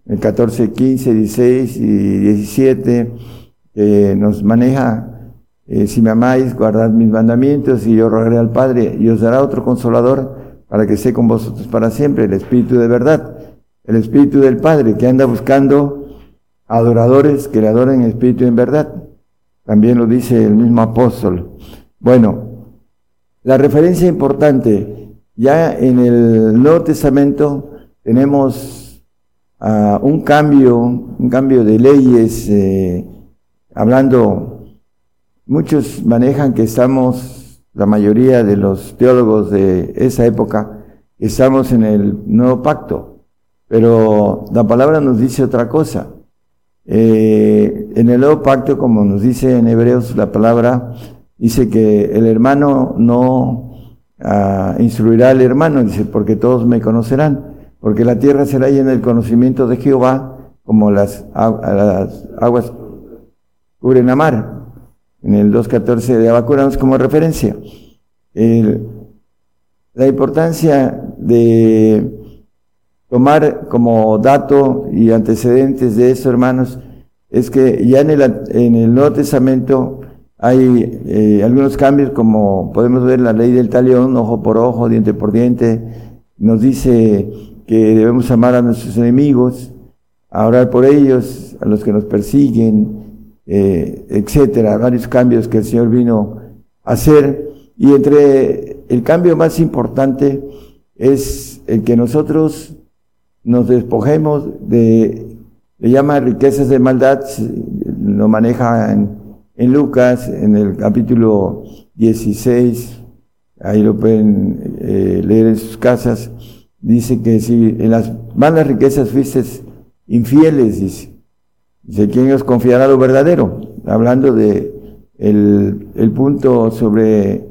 el 14, 15, 16 y 17, que nos maneja, si me amáis, guardad mis mandamientos, y yo rogaré al Padre, y os dará otro Consolador, para que esté con vosotros para siempre, el Espíritu de verdad, el Espíritu del Padre, que anda buscando adoradores que le adoren en espíritu y en verdad. También lo dice el mismo apóstol. Bueno, la referencia importante, ya en el Nuevo Testamento tenemos un cambio de leyes, hablando, muchos manejan que estamos, la mayoría de los teólogos de esa época, estamos en el nuevo pacto, pero la palabra nos dice otra cosa. En el nuevo pacto, como nos dice en Hebreos la palabra, dice que el hermano no instruirá al hermano, dice, porque todos me conocerán, porque la tierra será llena del conocimiento de Jehová, como las aguas cubren la mar. En el 2.14 de Habacuc damos como referencia. La importancia de tomar como dato y antecedentes de eso, hermanos, es que ya en el Nuevo Testamento hay algunos cambios, como podemos ver la ley del talión, ojo por ojo, diente por diente. Nos dice que debemos amar a nuestros enemigos, a orar por ellos, a los que nos persiguen, etcétera. Varios cambios que el Señor vino a hacer, y entre el cambio más importante es el que nosotros nos despojemos le llama riquezas de maldad, lo maneja en Lucas, en el capítulo 16, ahí lo pueden leer en sus casas. Dice que si en las malas riquezas fuiste infieles, dice, ¿quién os confiará lo verdadero? Hablando de el punto sobre,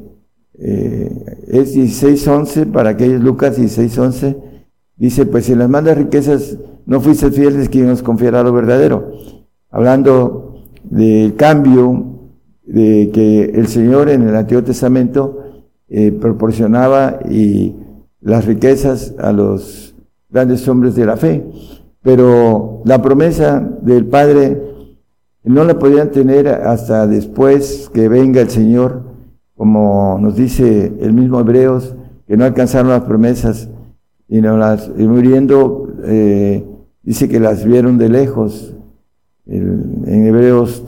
es 16:11, para aquellos, Lucas 16:11, dice, pues si en las malas riquezas no fuiste fieles, ¿quién os confiará lo verdadero? Hablando del cambio de que el Señor en el Antiguo Testamento proporcionaba y las riquezas a los grandes hombres de la fe, pero la promesa del Padre no la podían tener hasta después que venga el Señor, como nos dice el mismo Hebreos, que no alcanzaron las promesas y muriendo, dice que las vieron de lejos. En Hebreos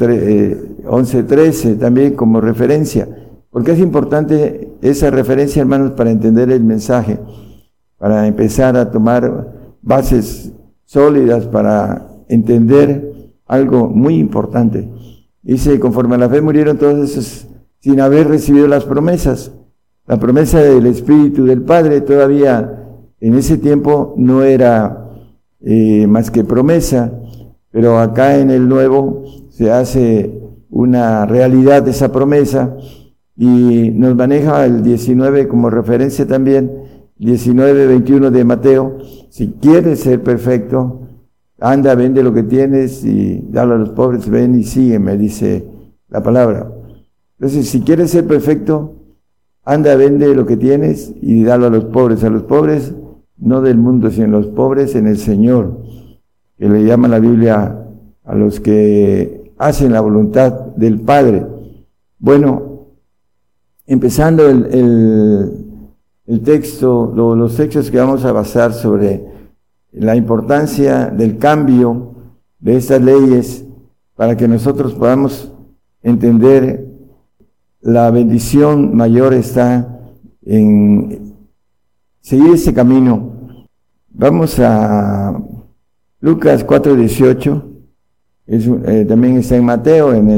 11:13 también como referencia. Porque es importante esa referencia, hermanos, para entender el mensaje, para empezar a tomar bases sólidas para entender algo muy importante. Dice, conforme a la fe murieron todos esos sin haber recibido las promesas. La promesa del Espíritu del Padre todavía en ese tiempo no era más que promesa, pero acá en el Nuevo se hace una realidad de esa promesa, y nos maneja el 19 como referencia también, 19:21 de Mateo. Si quieres ser perfecto, anda, vende lo que tienes y dalo a los pobres, ven y sígueme, dice la palabra. Entonces, si quieres ser perfecto, anda, vende lo que tienes y dalo a los pobres no del mundo, sino los pobres en el Señor, que le llama la Biblia a los que hacen la voluntad del Padre. Bueno, empezando el texto, los textos que vamos a basar sobre la importancia del cambio de estas leyes, para que nosotros podamos entender la bendición mayor está en seguir ese camino. Vamos a Lucas 4:18, también está en Mateo, en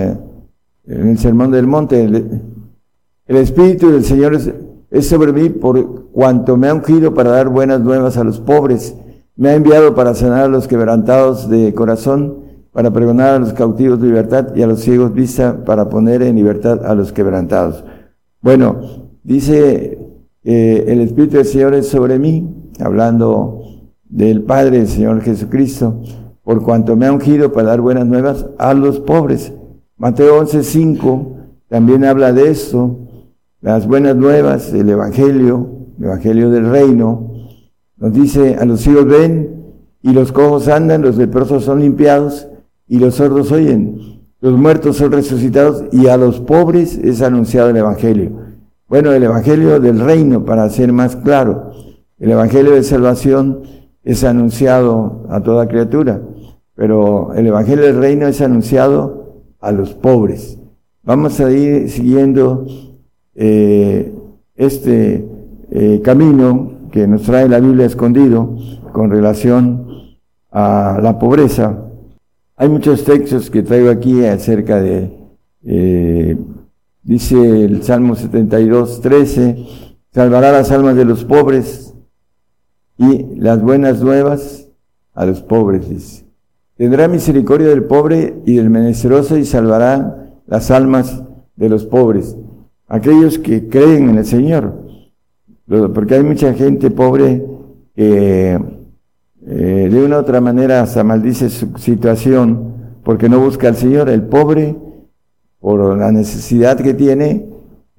el Sermón del Monte. El Espíritu del Señor es sobre mí, por cuanto me ha ungido para dar buenas nuevas a los pobres. Me ha enviado para sanar a los quebrantados de corazón, para pregonar a los cautivos libertad y a los ciegos vista, para poner en libertad a los quebrantados. Bueno, dice el Espíritu del Señor es sobre mí, hablando del Padre, el Señor Jesucristo, por cuanto me ha ungido para dar buenas nuevas a los pobres. Mateo 11:5 también habla de esto, las buenas nuevas, el Evangelio del reino. Nos dice, a los ciegos ven y los cojos andan, los leprosos son limpiados, y los sordos oyen, los muertos son resucitados, y a los pobres es anunciado el Evangelio. Bueno, el Evangelio del reino, para ser más claro, el Evangelio de salvación es anunciado a toda criatura, pero el Evangelio del reino es anunciado a los pobres. Vamos a ir siguiendo este camino que nos trae la Biblia escondido con relación a la pobreza. Hay muchos textos que traigo aquí acerca de, dice el Salmo 72:13, salvará las almas de los pobres y las buenas nuevas a los pobres, dice. Tendrá misericordia del pobre y del menesteroso y salvará las almas de los pobres, aquellos que creen en el Señor, porque hay mucha gente pobre que de una u otra manera hasta maldice su situación porque no busca al Señor. El pobre, por la necesidad que tiene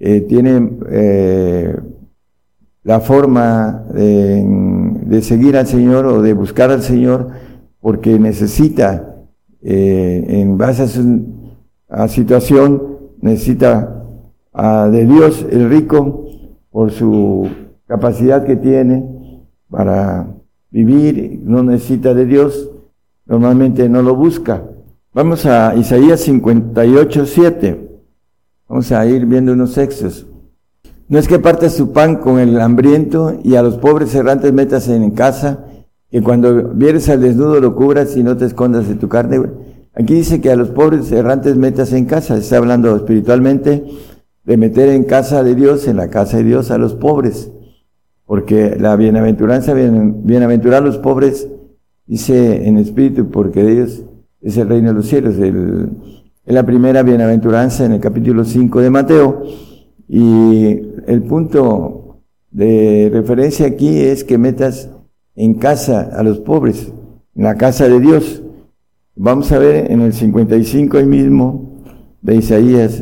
la forma de seguir al Señor o de buscar al Señor porque necesita, en base a su situación, necesita de Dios. El rico, por su capacidad que tiene para vivir, no necesita de Dios, normalmente no lo busca. Vamos a Isaías 58:7. Vamos a ir viendo unos textos. No es que partas tu pan con el hambriento y a los pobres errantes metas en casa, que cuando vieres al desnudo lo cubras y no te escondas de tu carne. Aquí dice que a los pobres errantes metas en casa. Está hablando espiritualmente de meter en casa de Dios, en la casa de Dios, a los pobres. Porque la bienaventuranza, bienaventurar a los pobres, dice en espíritu, porque de ellos es el reino de los cielos. Es la primera bienaventuranza en el capítulo 5 de Mateo. Y el punto de referencia aquí es que metas en casa a los pobres, en la casa de Dios. Vamos a ver en el 55 ahí mismo de Isaías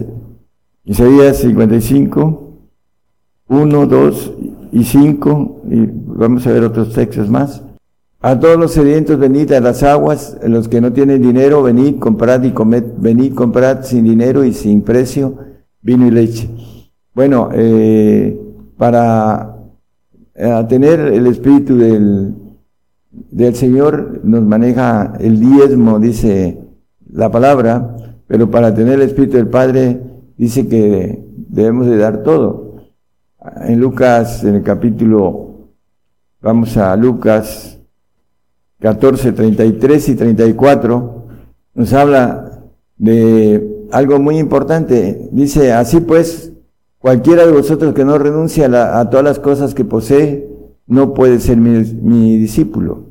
55, 1, 2 y 5, y vamos a ver otros textos más. A todos los sedientos venid a las aguas, los que no tienen dinero, venid, comprad y comed, venid, comprad sin dinero y sin precio vino y leche. Bueno, para tener el espíritu del Señor nos maneja el diezmo, dice la palabra, pero para tener el espíritu del Padre dice que debemos de dar todo. En Lucas, en el capítulo, vamos a Lucas 14, 33 y 34, nos habla de algo muy importante. Dice, así pues, cualquiera de vosotros que no renuncie a todas las cosas que posee, no puede ser mi discípulo.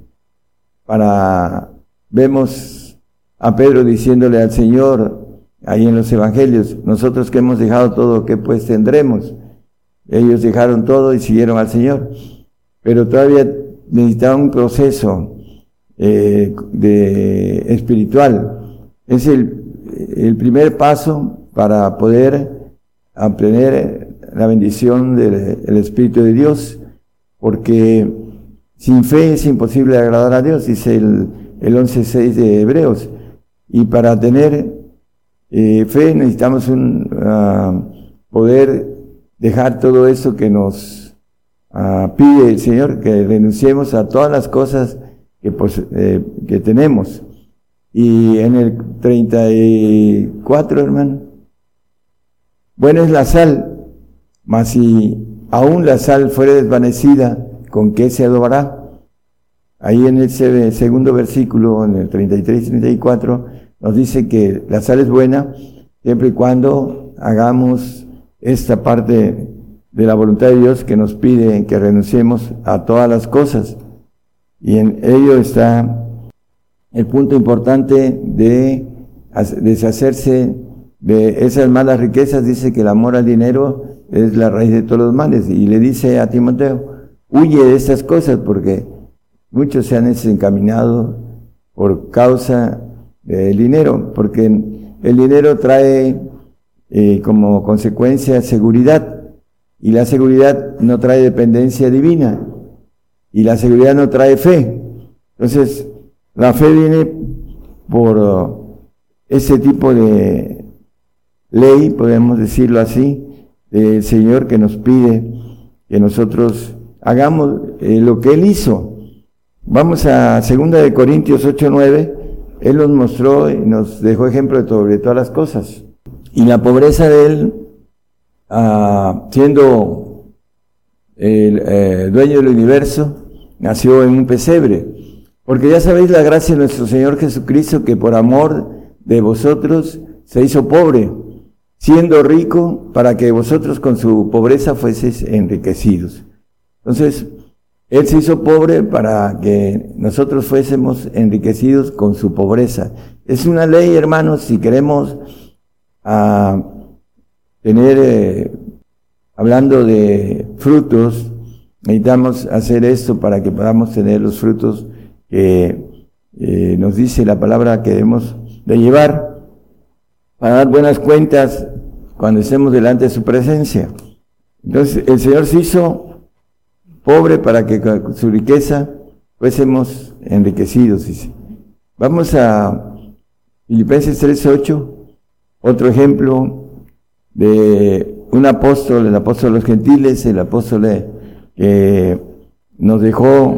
Vemos a Pedro diciéndole al Señor, ahí en los evangelios, nosotros que hemos dejado todo, ¿qué pues tendremos? Ellos dejaron todo y siguieron al Señor, pero todavía necesitaban un proceso espiritual. Es el primer paso para poder obtener la bendición del Espíritu de Dios, porque sin fe es imposible agradar a Dios, dice el 11:6 de Hebreos, y para tener fe necesitamos poder dejar todo eso que nos pide el Señor, que renunciemos a todas las cosas que tenemos. Y en el 34, hermano, buena es la sal, mas si aún la sal fuere desvanecida, ¿con qué se adorará? Ahí en ese segundo versículo, en el 33 y 34, nos dice que la sal es buena siempre y cuando hagamos esta parte de la voluntad de Dios que nos pide que renunciemos a todas las cosas. Y en ello está el punto importante de deshacerse de esas malas riquezas. Dice que el amor al dinero es la raíz de todos los males. Y le dice a Timoteo, huye de estas cosas porque muchos se han desencaminado por causa del dinero, porque el dinero trae como consecuencia seguridad, y la seguridad no trae dependencia divina, y la seguridad no trae fe. Entonces, la fe viene por ese tipo de ley, podemos decirlo así, del Señor que nos pide que nosotros hagamos lo que Él hizo. Vamos a 2 de Corintios 8:9. Él nos mostró y nos dejó ejemplo sobre todas las cosas. Y la pobreza de Él, siendo el dueño del universo, nació en un pesebre. Porque ya sabéis la gracia de nuestro Señor Jesucristo, que por amor de vosotros se hizo pobre, siendo rico, para que vosotros con su pobreza fueseis enriquecidos. Entonces, Él se hizo pobre para que nosotros fuésemos enriquecidos con su pobreza. Es una ley, hermanos, si queremos tener, hablando de frutos, necesitamos hacer esto para que podamos tener los frutos que nos dice la palabra que debemos de llevar para dar buenas cuentas cuando estemos delante de su presencia. Entonces, el Señor se hizo pobre para que con su riqueza fuésemos enriquecidos, dice. Vamos a Filipenses 3:8, otro ejemplo de un apóstol, el apóstol de los gentiles, el apóstol que nos dejó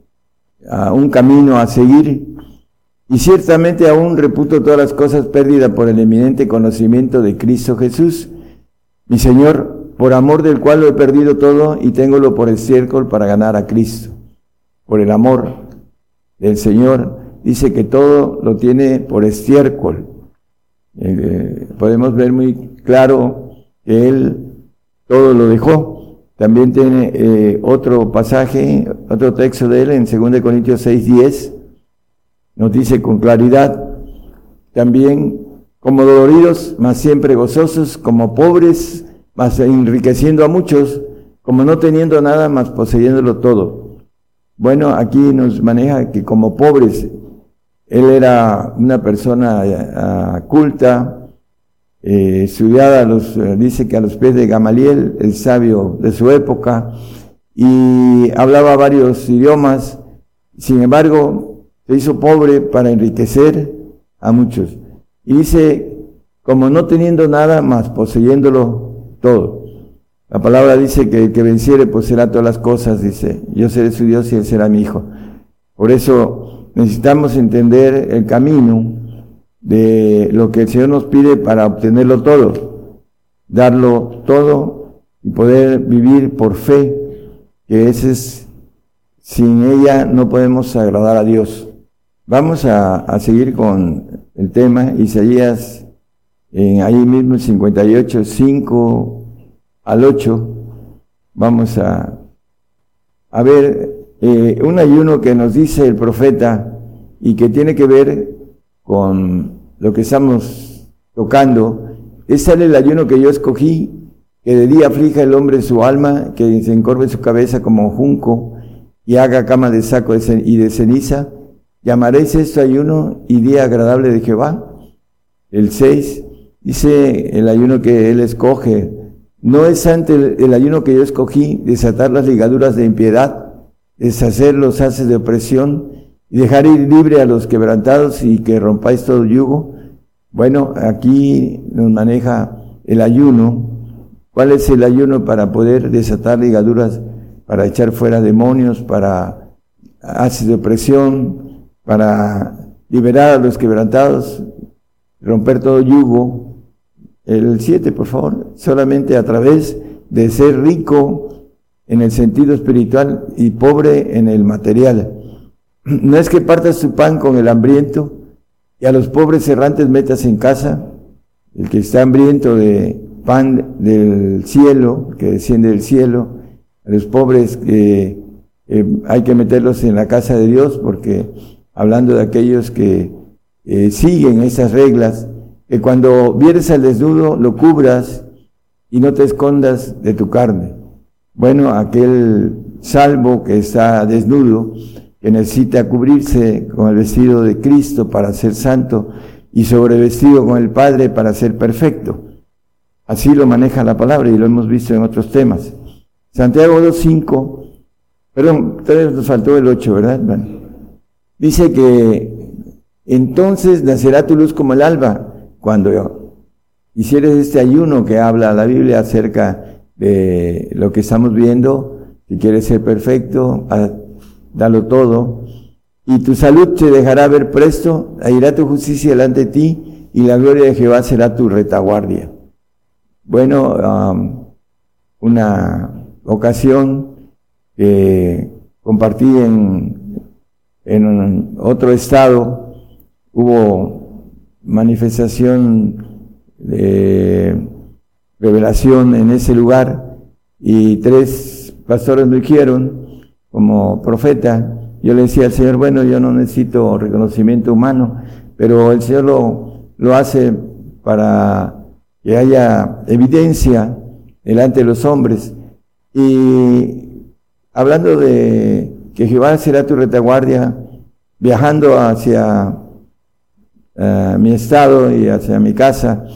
un camino a seguir, y ciertamente aún reputo todas las cosas pérdidas por el eminente conocimiento de Cristo Jesús, mi Señor, por amor del cual lo he perdido todo y téngolo por estiércol para ganar a Cristo. Por el amor del Señor, dice que todo lo tiene por estiércol. Podemos ver muy claro que Él todo lo dejó. También tiene otro pasaje, otro texto de Él en 2 Corintios 6:10, nos dice con claridad, también como doloridos, mas siempre gozosos, como pobres, mas enriqueciendo a muchos, como no teniendo nada, mas poseyéndolo todo. Bueno, aquí nos maneja que como pobres, Él era una persona culta, estudiada, dice que a los pies de Gamaliel, el sabio de su época, y hablaba varios idiomas. Sin embargo, se hizo pobre para enriquecer a muchos. Y dice, como no teniendo nada, más poseyéndolo todo. La palabra dice que el que venciere poseerá todas las cosas, dice, yo seré su Dios y Él será mi hijo. Por eso necesitamos entender el camino de lo que el Señor nos pide para obtenerlo todo, darlo todo y poder vivir por fe, que ese es, sin ella no podemos agradar a Dios. Vamos a seguir con el tema, Isaías, ahí mismo 58, 5 al 8, vamos a ver un ayuno que nos dice el profeta y que tiene que ver con lo que estamos tocando. Es el ayuno que yo escogí, que de día aflija el hombre su alma, que se encorve su cabeza como junco y haga cama de saco y de ceniza. Llamaréis esto ayuno y día agradable de Jehová. El 6 dice el ayuno que Él escoge. No es ante el ayuno que yo escogí, desatar las ligaduras de impiedad, deshacer los haces de opresión y dejar ir libre a los quebrantados y que rompáis todo yugo. Bueno, aquí nos maneja el ayuno. ¿Cuál es el ayuno? Para poder desatar ligaduras, para echar fuera demonios, para haces de opresión, para liberar a los quebrantados, romper todo yugo. El 7, por favor, solamente a través de ser rico en el sentido espiritual y pobre en el material. No es que partas tu pan con el hambriento y a los pobres errantes metas en casa. El que está hambriento de pan del cielo, que desciende del cielo, a los pobres hay que meterlos en la casa de Dios, porque hablando de aquellos que siguen esas reglas, que cuando vieres al desnudo lo cubras y no te escondas de tu carne. Bueno, aquel salvo que está desnudo, que necesita cubrirse con el vestido de Cristo para ser santo y sobrevestido con el Padre para ser perfecto. Así lo maneja la palabra y lo hemos visto en otros temas. Santiago 2:5, perdón, todavía nos faltó el 8, ¿verdad? Bueno, Dice que entonces nacerá tu luz como el alba, cuando hicieres este ayuno que habla la Biblia acerca de lo que estamos viendo. Si quieres ser perfecto, dalo todo, y tu salud te dejará ver presto, irá tu justicia delante de ti, y la gloria de Jehová será tu retaguardia. Bueno, una ocasión que compartí en otro estado, hubo manifestación de revelación en ese lugar, y 3 pastores me dijeron como profeta. Yo le decía al Señor, bueno, yo no necesito reconocimiento humano, pero el Señor lo hace para que haya evidencia delante de los hombres. Y hablando de que Jehová será tu retaguardia, viajando hacia mi estado y hacia mi casa,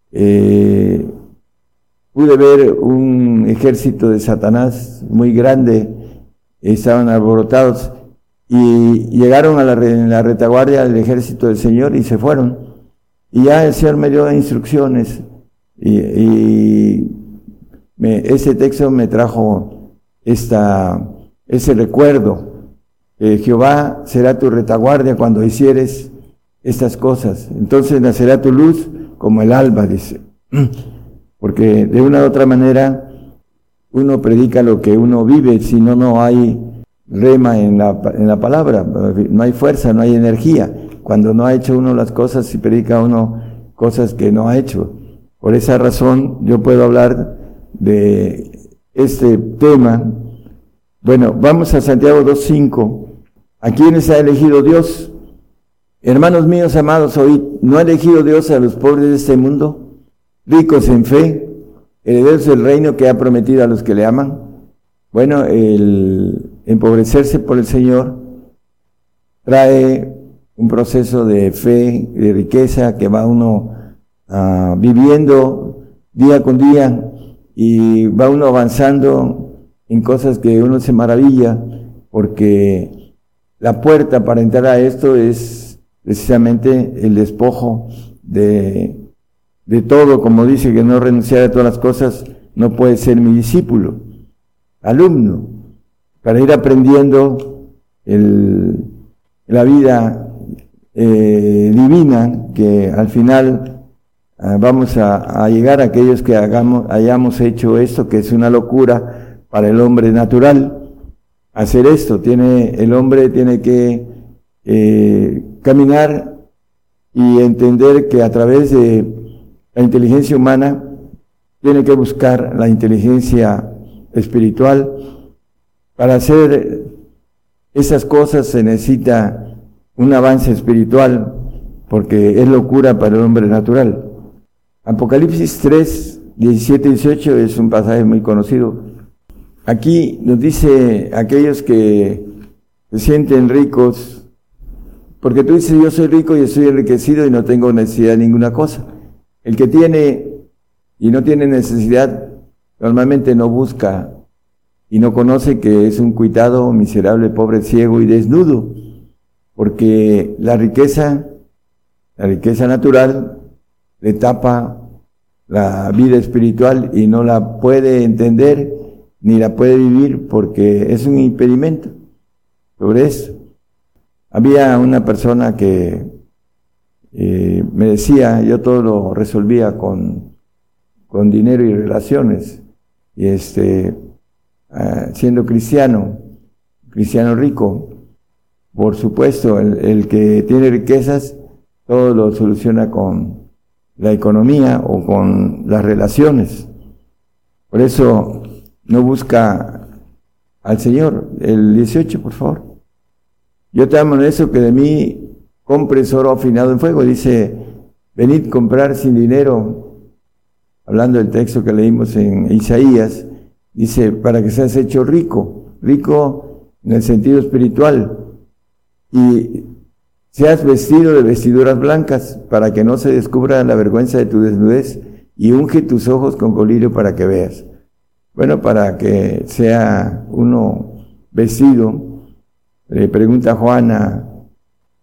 pude ver un ejército de Satanás muy grande. Estaban alborotados y llegaron a la retaguardia del ejército del Señor y se fueron. Y ya el Señor me dio instrucciones ese texto me trajo ese recuerdo. Jehová será tu retaguardia cuando hicieres estas cosas. Entonces nacerá tu luz como el alba, dice. Porque de una u otra manera uno predica lo que uno vive, si no, no hay rema en la palabra, no hay fuerza, no hay energía. Cuando no ha hecho uno las cosas y predica uno cosas que no ha hecho. Por esa razón yo puedo hablar de este tema. Bueno, vamos a Santiago 2:5. ¿A quiénes ha elegido Dios? Hermanos míos amados, oíd, ¿no ha elegido Dios a los pobres de este mundo, ricos en fe, herederos del reino que ha prometido a los que le aman? Bueno, el empobrecerse por el Señor trae un proceso de fe, de riqueza, que va uno viviendo día con día, y va uno avanzando en cosas que uno se maravilla, porque la puerta para entrar a esto es precisamente el despojo de todo. Como dice que no renunciar a todas las cosas, no puede ser mi discípulo, alumno, para ir aprendiendo la vida divina, que al final vamos a llegar a aquellos que hayamos hecho esto, que es una locura para el hombre natural. Hacer esto, el hombre tiene que caminar y entender que a través de la inteligencia humana tiene que buscar la inteligencia espiritual. Para hacer esas cosas se necesita un avance espiritual, porque es locura para el hombre natural. Apocalipsis 3, 17 y 18 es un pasaje muy conocido. Aquí nos dice aquellos que se sienten ricos, porque tú dices, yo soy rico y estoy enriquecido y no tengo necesidad de ninguna cosa. El que tiene y no tiene necesidad, normalmente no busca y no conoce que es un cuitado, miserable, pobre, ciego y desnudo, porque la riqueza natural le tapa la vida espiritual y no la puede entender ni la puede vivir, porque es un impedimento sobre eso. Había una persona que me decía, yo todo lo resolvía con dinero y relaciones, y siendo cristiano rico, por supuesto, el que tiene riquezas, todo lo soluciona con la economía o con las relaciones. Por eso no busca al Señor. El 18, por favor. Yo te amonesto que de mí compres oro afinado en fuego. Dice, venid comprar sin dinero. Hablando del texto que leímos en Isaías, dice, para que seas hecho rico en el sentido espiritual, y seas vestido de vestiduras blancas, para que no se descubra la vergüenza de tu desnudez, y unge tus ojos con colirio para que veas. Bueno, para que sea uno vestido, le pregunta Juana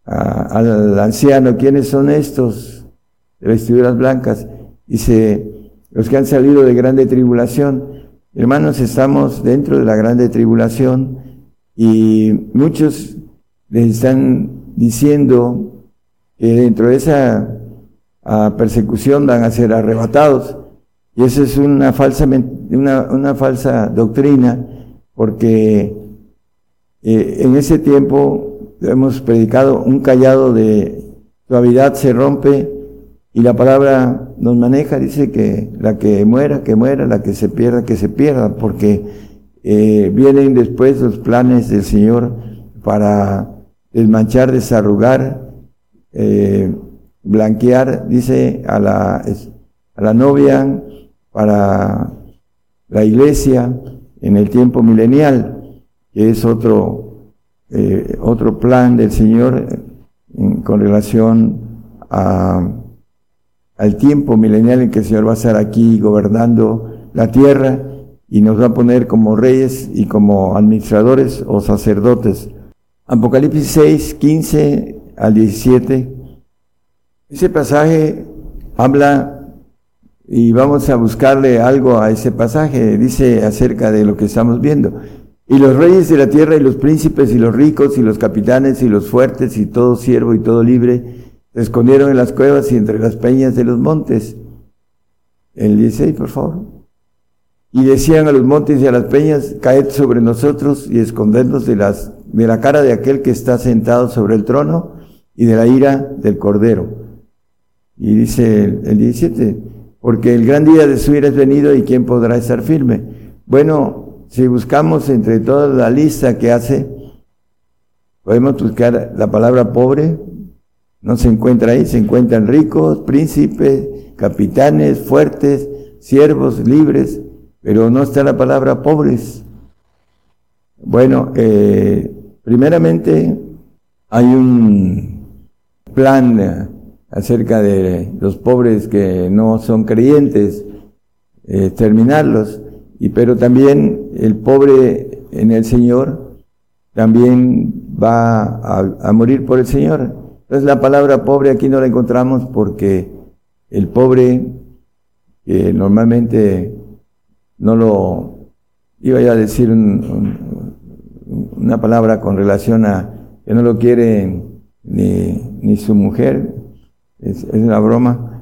al anciano: ¿quiénes son estos de vestiduras blancas? Dice: los que han salido de grande tribulación. Hermanos, estamos dentro de la grande tribulación y muchos les están diciendo que dentro de esa persecución van a ser arrebatados, y eso es una falsa doctrina, porque en ese tiempo hemos predicado: un cayado de suavidad se rompe, y la palabra nos maneja, dice que la que muera, la que se pierda, porque vienen después los planes del Señor para desmanchar, desarrugar, blanquear, dice, a la novia para la iglesia en el tiempo milenial, que es otro plan del Señor con relación al tiempo milenial en que el Señor va a estar aquí gobernando la tierra y nos va a poner como reyes y como administradores o sacerdotes. Apocalipsis 6, 15 al 17. Ese pasaje habla, y vamos a buscarle algo a ese pasaje, dice acerca de lo que estamos viendo: y los reyes de la tierra y los príncipes y los ricos y los capitanes y los fuertes y todo siervo y todo libre se escondieron en las cuevas y entre las peñas de los montes. El 16, por favor. Y decían a los montes y a las peñas: caed sobre nosotros y escondednos de la cara de aquel que está sentado sobre el trono y de la ira del Cordero. Y dice el 17: porque el gran día de su ira es venido, y ¿quién podrá estar firme? Bueno, si buscamos entre toda la lista que hace, podemos buscar la palabra pobre. No se encuentra ahí, se encuentran ricos, príncipes, capitanes, fuertes, siervos, libres, pero no está la palabra pobres. Bueno, primeramente hay un plan acerca de los pobres que no son creyentes, terminarlos, pero también el pobre en el Señor también va a morir por el Señor. Entonces la palabra pobre aquí no la encontramos, porque el pobre, que normalmente no lo, iba a decir una palabra con relación a que no lo quiere ni su mujer, es una broma,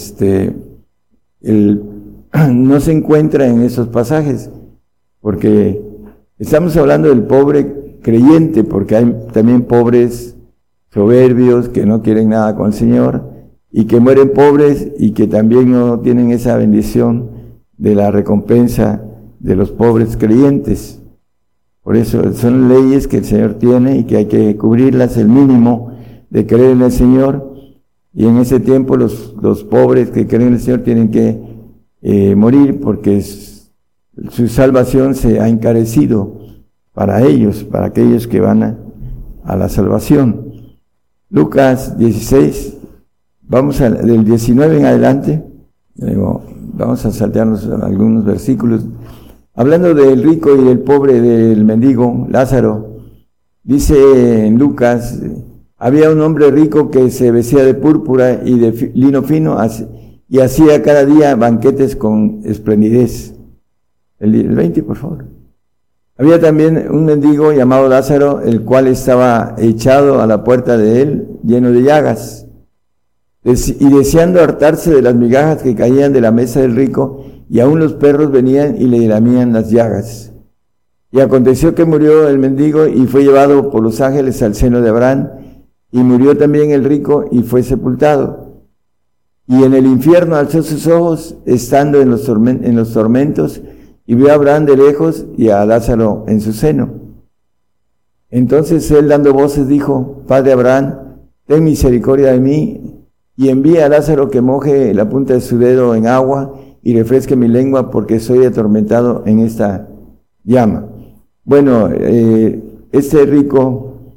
no se encuentra en esos pasajes, porque estamos hablando del pobre creyente, porque hay también pobres soberbios que no quieren nada con el Señor y que mueren pobres y que también no tienen esa bendición de la recompensa de los pobres creyentes. Por eso son leyes que el Señor tiene y que hay que cubrirlas, el mínimo de creer en el Señor, y en ese tiempo los pobres que creen en el Señor tienen que morir, porque su salvación se ha encarecido para ellos, para aquellos que van a la salvación. Lucas 16, vamos del 19 en adelante, vamos a saltearnos algunos versículos. Hablando del rico y del pobre, del mendigo Lázaro, dice en Lucas: había un hombre rico que se vestía de púrpura y de lino fino y hacía cada día banquetes con esplendidez. El 20, por favor. Había también un mendigo llamado Lázaro, el cual estaba echado a la puerta de él, lleno de llagas, y deseando hartarse de las migajas que caían de la mesa del rico, y aún los perros venían y le lamían las llagas. Y aconteció que murió el mendigo y fue llevado por los ángeles al seno de Abraham, y murió también el rico y fue sepultado. Y en el infierno alzó sus ojos, estando en los tormentos, y vio a Abraham de lejos y a Lázaro en su seno. Entonces él, dando voces, dijo: Padre Abraham, ten misericordia de mí, y envía a Lázaro que moje la punta de su dedo en agua y refresque mi lengua, porque soy atormentado en esta llama. Bueno, este rico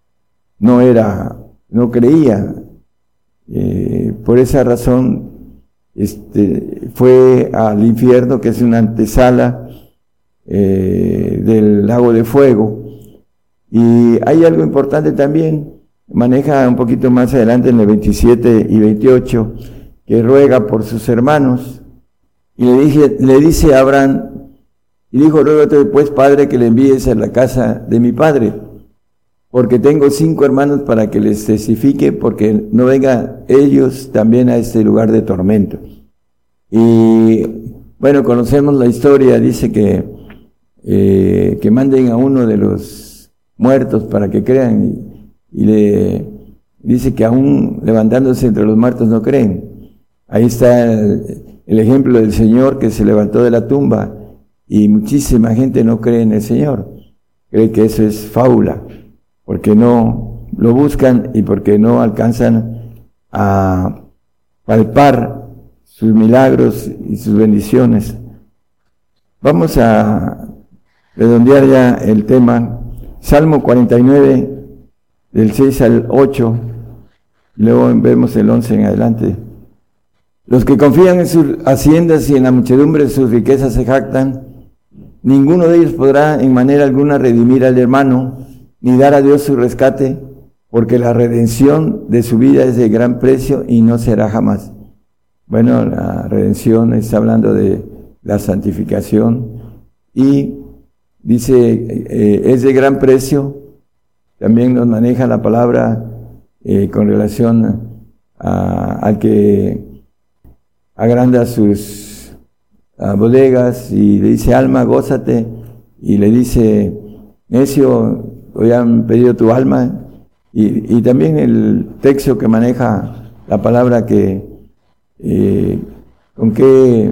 no creía, por esa razón fue al infierno, que es una antesala del lago de fuego. Y hay algo importante también, maneja un poquito más adelante en el 27 y 28, que ruega por sus hermanos, y le dice a Abraham, y dijo, ruégate pues, Padre, que le envíes a la casa de mi padre, porque tengo 5 hermanos para que les testifique, porque no vengan ellos también a este lugar de tormento. Y bueno, conocemos la historia, dice que manden a uno de los muertos para que crean, y le dice que aún levantándose entre los muertos no creen. Ahí está el ejemplo del Señor que se levantó de la tumba, y muchísima gente no cree en el Señor, cree que eso es fábula, porque no lo buscan y porque no alcanzan a palpar sus milagros y sus bendiciones. Vamos a redondear ya el tema. Salmo 49, del 6 al 8, y luego vemos el 11 en adelante. Los que confían en sus haciendas y en la muchedumbre de sus riquezas se jactan. Ninguno de ellos podrá en manera alguna redimir al hermano, ni dar a Dios su rescate, porque la redención de su vida es de gran precio y no será jamás. Bueno, la redención está hablando de la santificación, y dice, es de gran precio. También nos maneja la palabra con relación al que agranda sus bodegas, y le dice, alma, gózate, y le dice, necio, hoy han pedido tu alma. Y también el texto que maneja la palabra que con qué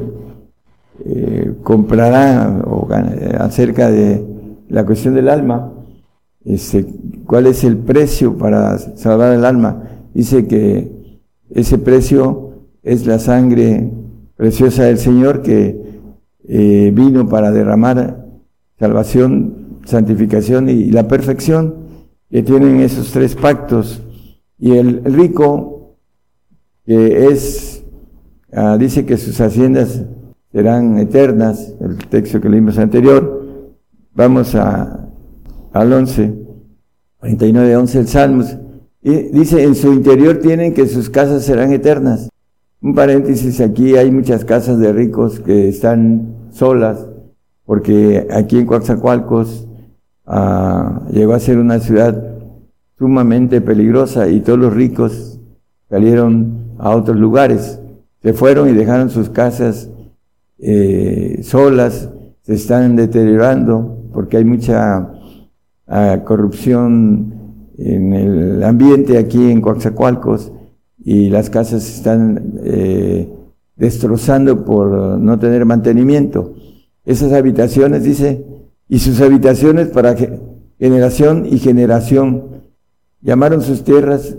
comprará, o acerca de la cuestión del alma, cuál es el precio para salvar el alma. Dice que ese precio es la sangre preciosa del Señor, que vino para derramar salvación, santificación y la perfección, que tienen esos 3 pactos. Y el rico, que dice que sus haciendas serán eternas, el texto que leímos anterior. Vamos al 11, 49, 11 el Salmos, y dice, en su interior tienen que sus casas serán eternas. Un paréntesis, aquí hay muchas casas de ricos que están solas, porque aquí en Coatzacoalcos llegó a ser una ciudad sumamente peligrosa, y todos los ricos salieron a otros lugares, se fueron y dejaron sus casas solas, se están deteriorando, porque hay mucha corrupción en el ambiente aquí en Coatzacoalcos, y las casas se están destrozando por no tener mantenimiento. Esas habitaciones, dice, y sus habitaciones para generación y generación, llamaron sus tierras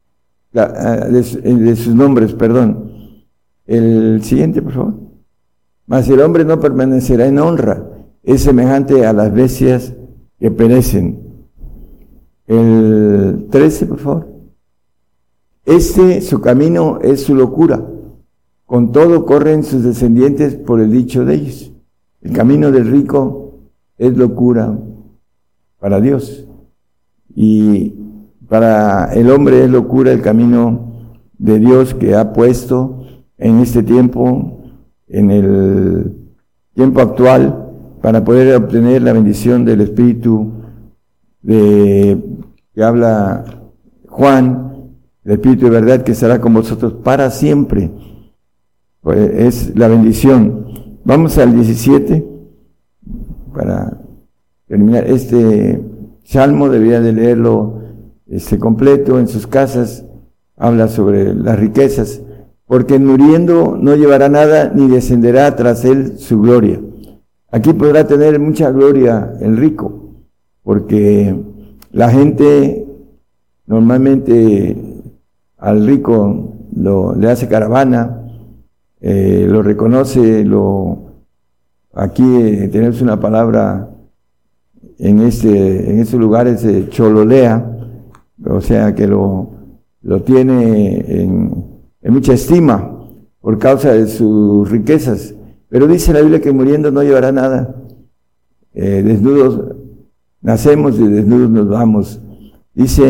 de sus nombres, perdón. El siguiente, por favor. Mas el hombre no permanecerá en honra, es semejante a las bestias que perecen. El 13, por favor. Su camino es su locura, con todo corren sus descendientes por el dicho de ellos. El camino del rico es locura para Dios, y para el hombre es locura el camino de Dios que ha puesto en este tiempo, en el tiempo actual, para poder obtener la bendición del Espíritu que habla Juan, el Espíritu de verdad que estará con vosotros para siempre. Pues es la bendición. Vamos al 17 para terminar. Este salmo debería de leerlo completo en sus casas. Habla sobre las riquezas, porque muriendo no llevará nada, ni descenderá tras él su gloria. Aquí podrá tener mucha gloria el rico, porque la gente normalmente al rico le hace caravana, lo reconoce, aquí tenemos una palabra en estos lugares, chololea, o sea que lo tiene en mucha estima por causa de sus riquezas. Pero dice la Biblia que muriendo no llevará nada. Desnudos nacemos y desnudos nos vamos. Dice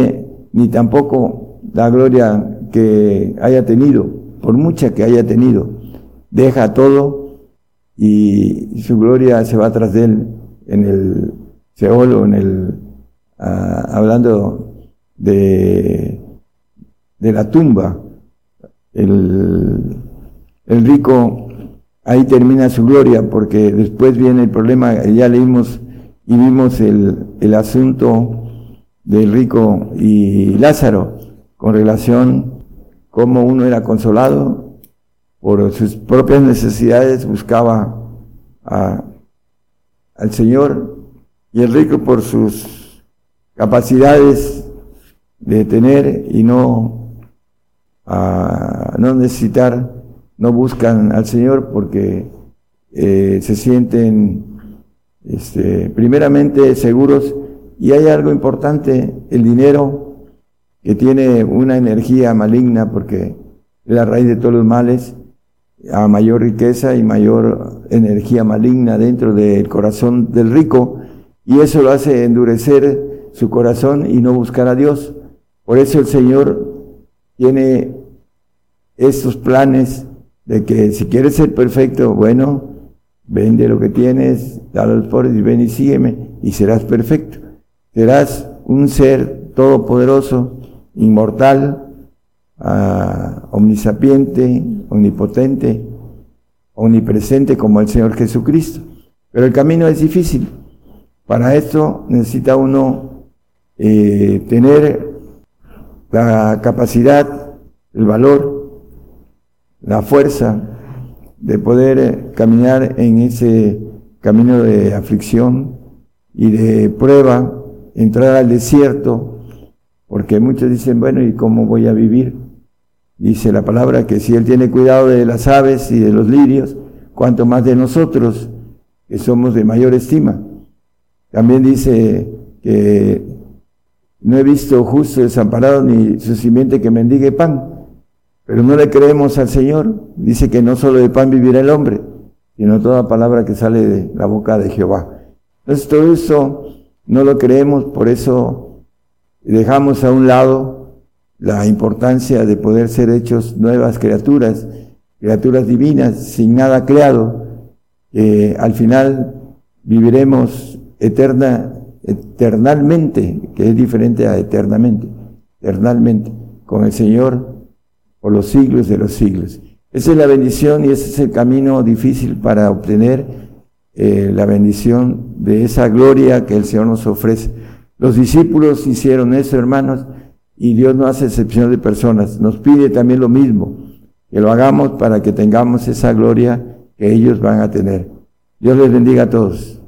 ni tampoco la gloria que haya tenido, por mucha que haya tenido. Deja todo y su gloria se va tras de él en el Seol o en el, hablando de la tumba. El rico ahí termina su gloria, porque después viene el problema. Ya leímos y vimos el asunto del rico y Lázaro, con relación cómo uno era consolado por sus propias necesidades, buscaba al Señor, y el rico por sus capacidades de tener y no necesitar, no buscan al Señor porque se sienten primeramente seguros. Y hay algo importante: el dinero, que tiene una energía maligna, porque es la raíz de todos los males. A mayor riqueza y mayor energía maligna dentro del corazón del rico, y eso lo hace endurecer su corazón y no buscar a Dios. Por eso el Señor tiene estos planes de que si quieres ser perfecto, bueno, vende lo que tienes, dale a los pobres y ven y sígueme, y serás perfecto. Serás un ser todopoderoso, inmortal, omnisapiente, omnipotente, omnipresente como el Señor Jesucristo. Pero el camino es difícil. Para esto necesita uno tener la capacidad, el valor, la fuerza de poder caminar en ese camino de aflicción y de prueba, entrar al desierto, porque muchos dicen, bueno, ¿y cómo voy a vivir? Dice la palabra que si Él tiene cuidado de las aves y de los lirios, cuanto más de nosotros, que somos de mayor estima. También dice que no he visto justo desamparado ni su simiente que mendigue pan, pero no le creemos al Señor. Dice que no solo de pan vivirá el hombre, sino toda palabra que sale de la boca de Jehová. Entonces todo eso no lo creemos, por eso dejamos a un lado la importancia de poder ser hechos nuevas criaturas, criaturas divinas, sin nada creado, que al final viviremos eternalmente, que es diferente a eternamente, eternalmente, con el Señor por los siglos de los siglos. Esa es la bendición y ese es el camino difícil para obtener la bendición de esa gloria que el Señor nos ofrece. Los discípulos hicieron eso, hermanos, y Dios no hace excepción de personas. Nos pide también lo mismo, que lo hagamos para que tengamos esa gloria que ellos van a tener. Dios les bendiga a todos.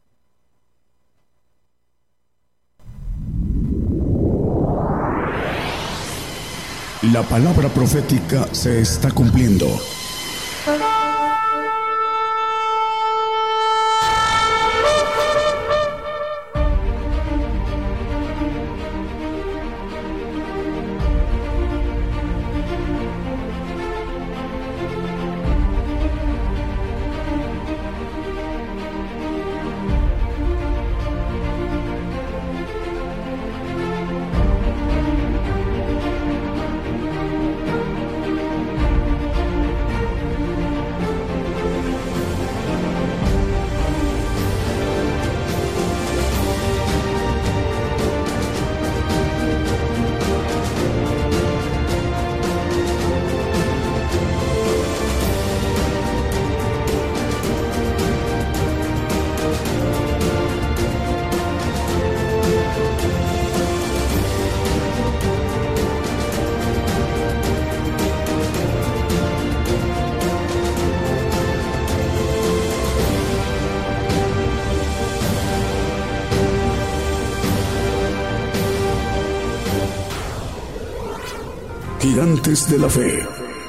La palabra profética se está cumpliendo. Gigantes de la Fe.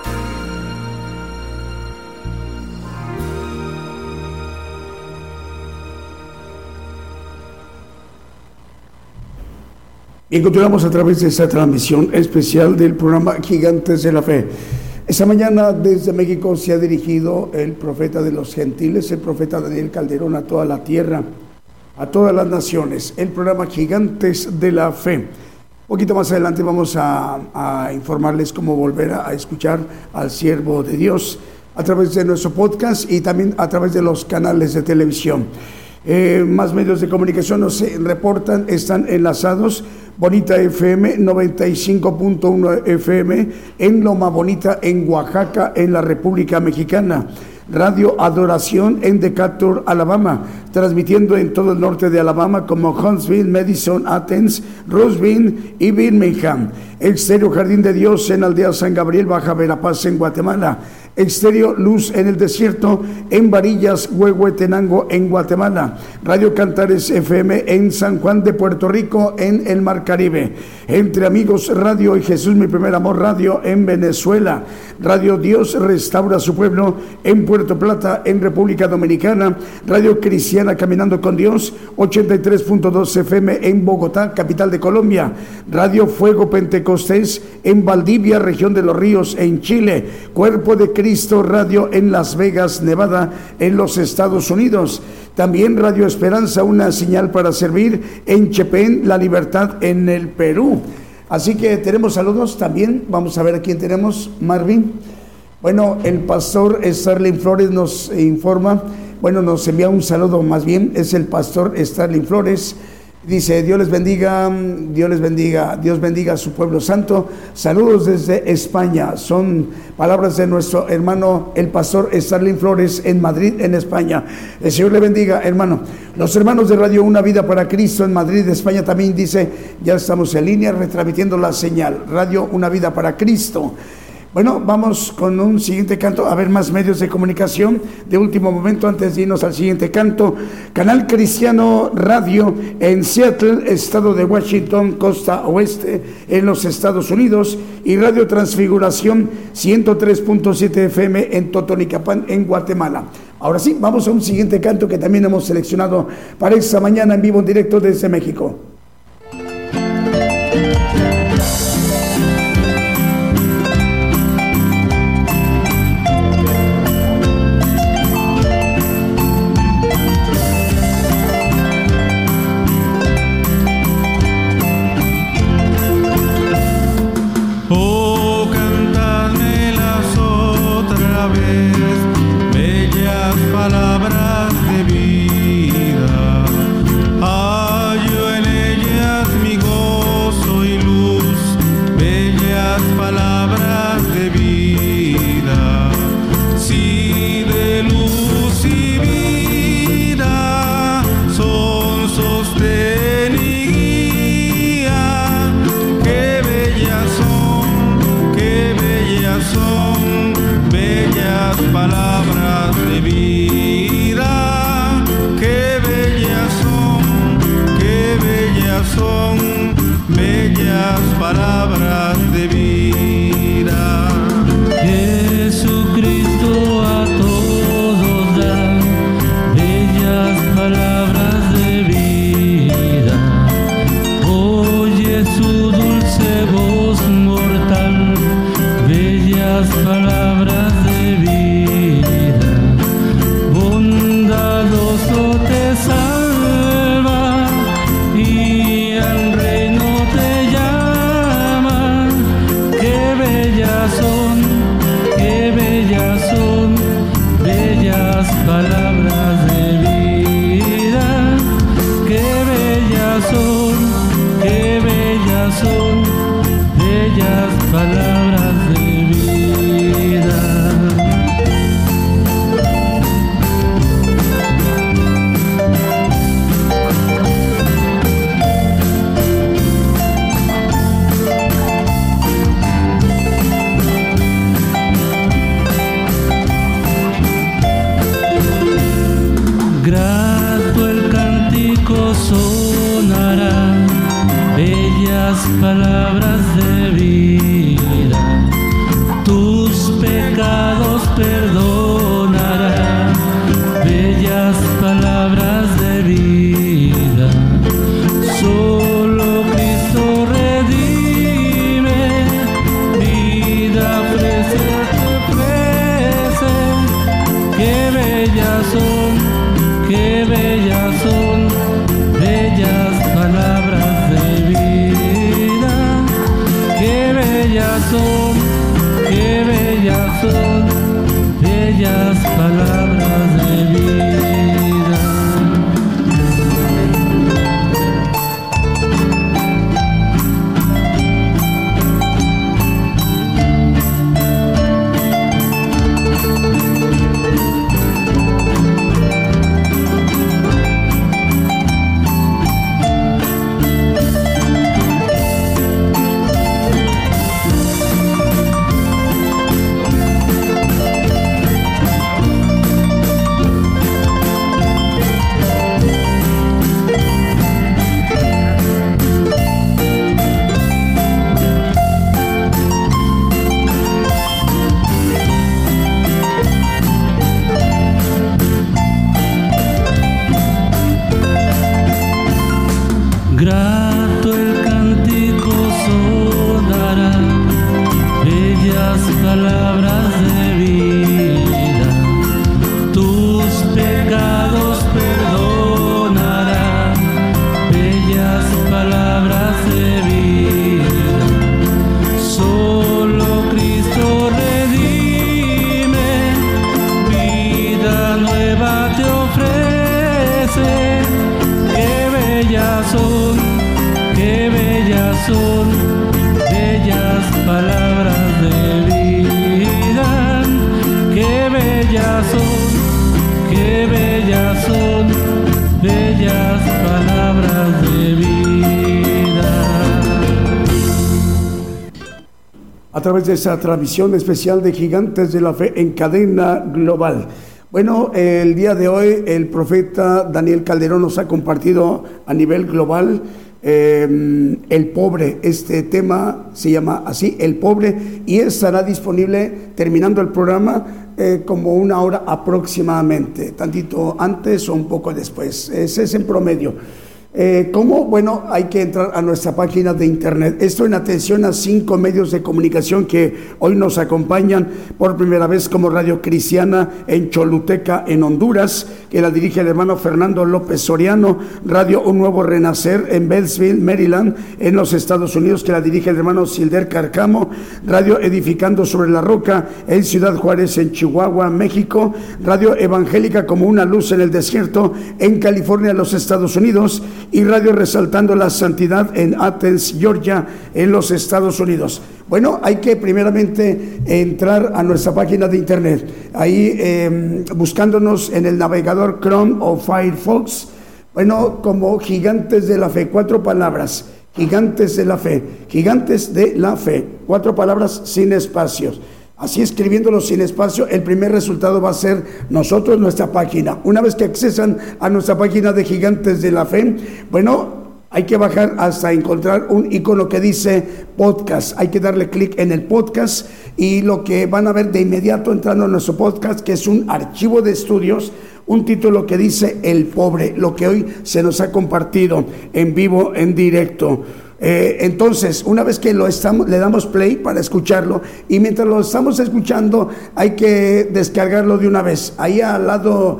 Bien, continuamos a través de esta transmisión especial del programa Gigantes de la Fe. Esta mañana desde México se ha dirigido el profeta de los gentiles, el profeta Daniel Calderón, a toda la tierra, a todas las naciones, el programa Gigantes de la Fe. poquito más adelante vamos a informarles cómo volver a escuchar al siervo de Dios a través de nuestro podcast y también a través de los canales de televisión. Más medios de comunicación nos reportan, están enlazados. Bonita FM 95.1 FM en Loma Bonita, en Oaxaca, en la República Mexicana. Radio Adoración en Decatur, Alabama, transmitiendo en todo el norte de Alabama como Huntsville, Madison, Athens, Roseville y Birmingham. Estéreo Jardín de Dios en Aldea San Gabriel, Baja Verapaz, en Guatemala. Estéreo Luz en el Desierto, en Varillas, Huehuetenango, en Guatemala. Radio Cantares FM en San Juan de Puerto Rico, en el Mar Caribe. Entre Amigos Radio y Jesús Mi Primer Amor Radio en Venezuela. Radio Dios Restaura Su Pueblo en Puerto Plata, en República Dominicana. Radio Cristiana Caminando con Dios 83.2 FM en Bogotá, capital de Colombia. Radio Fuego Pentecostés en Valdivia, región de Los Ríos, en Chile. Cuerpo de Cristo Radio en Las Vegas, Nevada, en los Estados Unidos. También Radio Esperanza, una señal para servir, en Chepén, La Libertad, en el Perú. Así que tenemos saludos también. Vamos a ver a quién tenemos, Marvin. Bueno, el pastor Starling Flores nos informa, nos envía un saludo, más bien es el pastor Starling Flores. Dice: Dios les bendiga, Dios bendiga a su pueblo santo. Saludos desde España. Son palabras de nuestro hermano, el pastor Starling Flores, en Madrid, en España. El Señor le bendiga, hermano. Los hermanos de Radio Una Vida para Cristo en Madrid, España, también dice: ya estamos en línea retransmitiendo la señal. Radio Una Vida para Cristo. Bueno, vamos con un siguiente canto. A ver, más medios de comunicación de último momento antes de irnos al siguiente canto. Canal Cristiano Radio en Seattle, estado de Washington, costa oeste, en los Estados Unidos. Y Radio Transfiguración 103.7 FM en Totonicapán, en Guatemala. Ahora sí, vamos a un siguiente canto que también hemos seleccionado para esta mañana en vivo, en directo desde México. Palabras de vida, hallo en ellas mi gozo y luz, bellas palabras de vida, sí, de luz y vida, son sostén y guía, qué bellas son, bellas palabras de vida. Son bellas palabras de vida. Jesucristo a todos da bellas palabras de vida. Oye su dulce voz mortal, bellas palabras de vida. Bondadoso te salva y al reino te llama. Qué bellas son, bellas palabras de vida. Qué bellas son, bellas palabras de vida. Grato el cántico sonará, bellas palabras de vida. Tus pecados perdonará, bellas palabras de vida. Solo Cristo redime, vida ofrece. Qué bellas son, bellas palabras de vida. son bellas palabras de vida. A través de esa transmisión especial de Gigantes de la Fe en cadena global. Bueno, el día de hoy el profeta Daniel Calderón nos ha compartido a nivel global el pobre. Este tema se llama así, el pobre, y estará disponible terminando el programa como 1 hora aproximadamente, tantito antes o un poco después. Ese es en promedio. ¿Cómo? Bueno, hay que entrar a nuestra página de internet. Esto en atención a 5 medios de comunicación que hoy nos acompañan por primera vez como Radio Cristiana en Choluteca, en Honduras, que la dirige el hermano Fernando López Soriano. Radio Un Nuevo Renacer en Beltsville, Maryland, en los Estados Unidos, que la dirige el hermano Silder Carcamo. Radio Edificando sobre la Roca en Ciudad Juárez, en Chihuahua, México. Radio Evangélica como una luz en el desierto en California, los Estados Unidos. Y Radio Resaltando la Santidad en Athens, Georgia, en los Estados Unidos. Bueno, hay que primeramente entrar a nuestra página de internet. Ahí buscándonos en el navegador Chrome o Firefox, bueno, como Gigantes de la Fe, 4 palabras, Gigantes de la Fe, Gigantes de la Fe, 4 palabras sin espacios. Así escribiéndolo sin espacio, el primer resultado va a ser nosotros, nuestra página. Una vez que accesan a nuestra página de Gigantes de la Fe, bueno, hay que bajar hasta encontrar un icono que dice podcast. Hay que darle clic en el podcast y lo que van a ver de inmediato entrando a nuestro podcast, que es un archivo de estudios, un título que dice El Pobre, lo que hoy se nos ha compartido en vivo, en directo. Entonces, una vez que le damos play para escucharlo, y mientras lo estamos escuchando hay que descargarlo de una vez. Ahí al lado,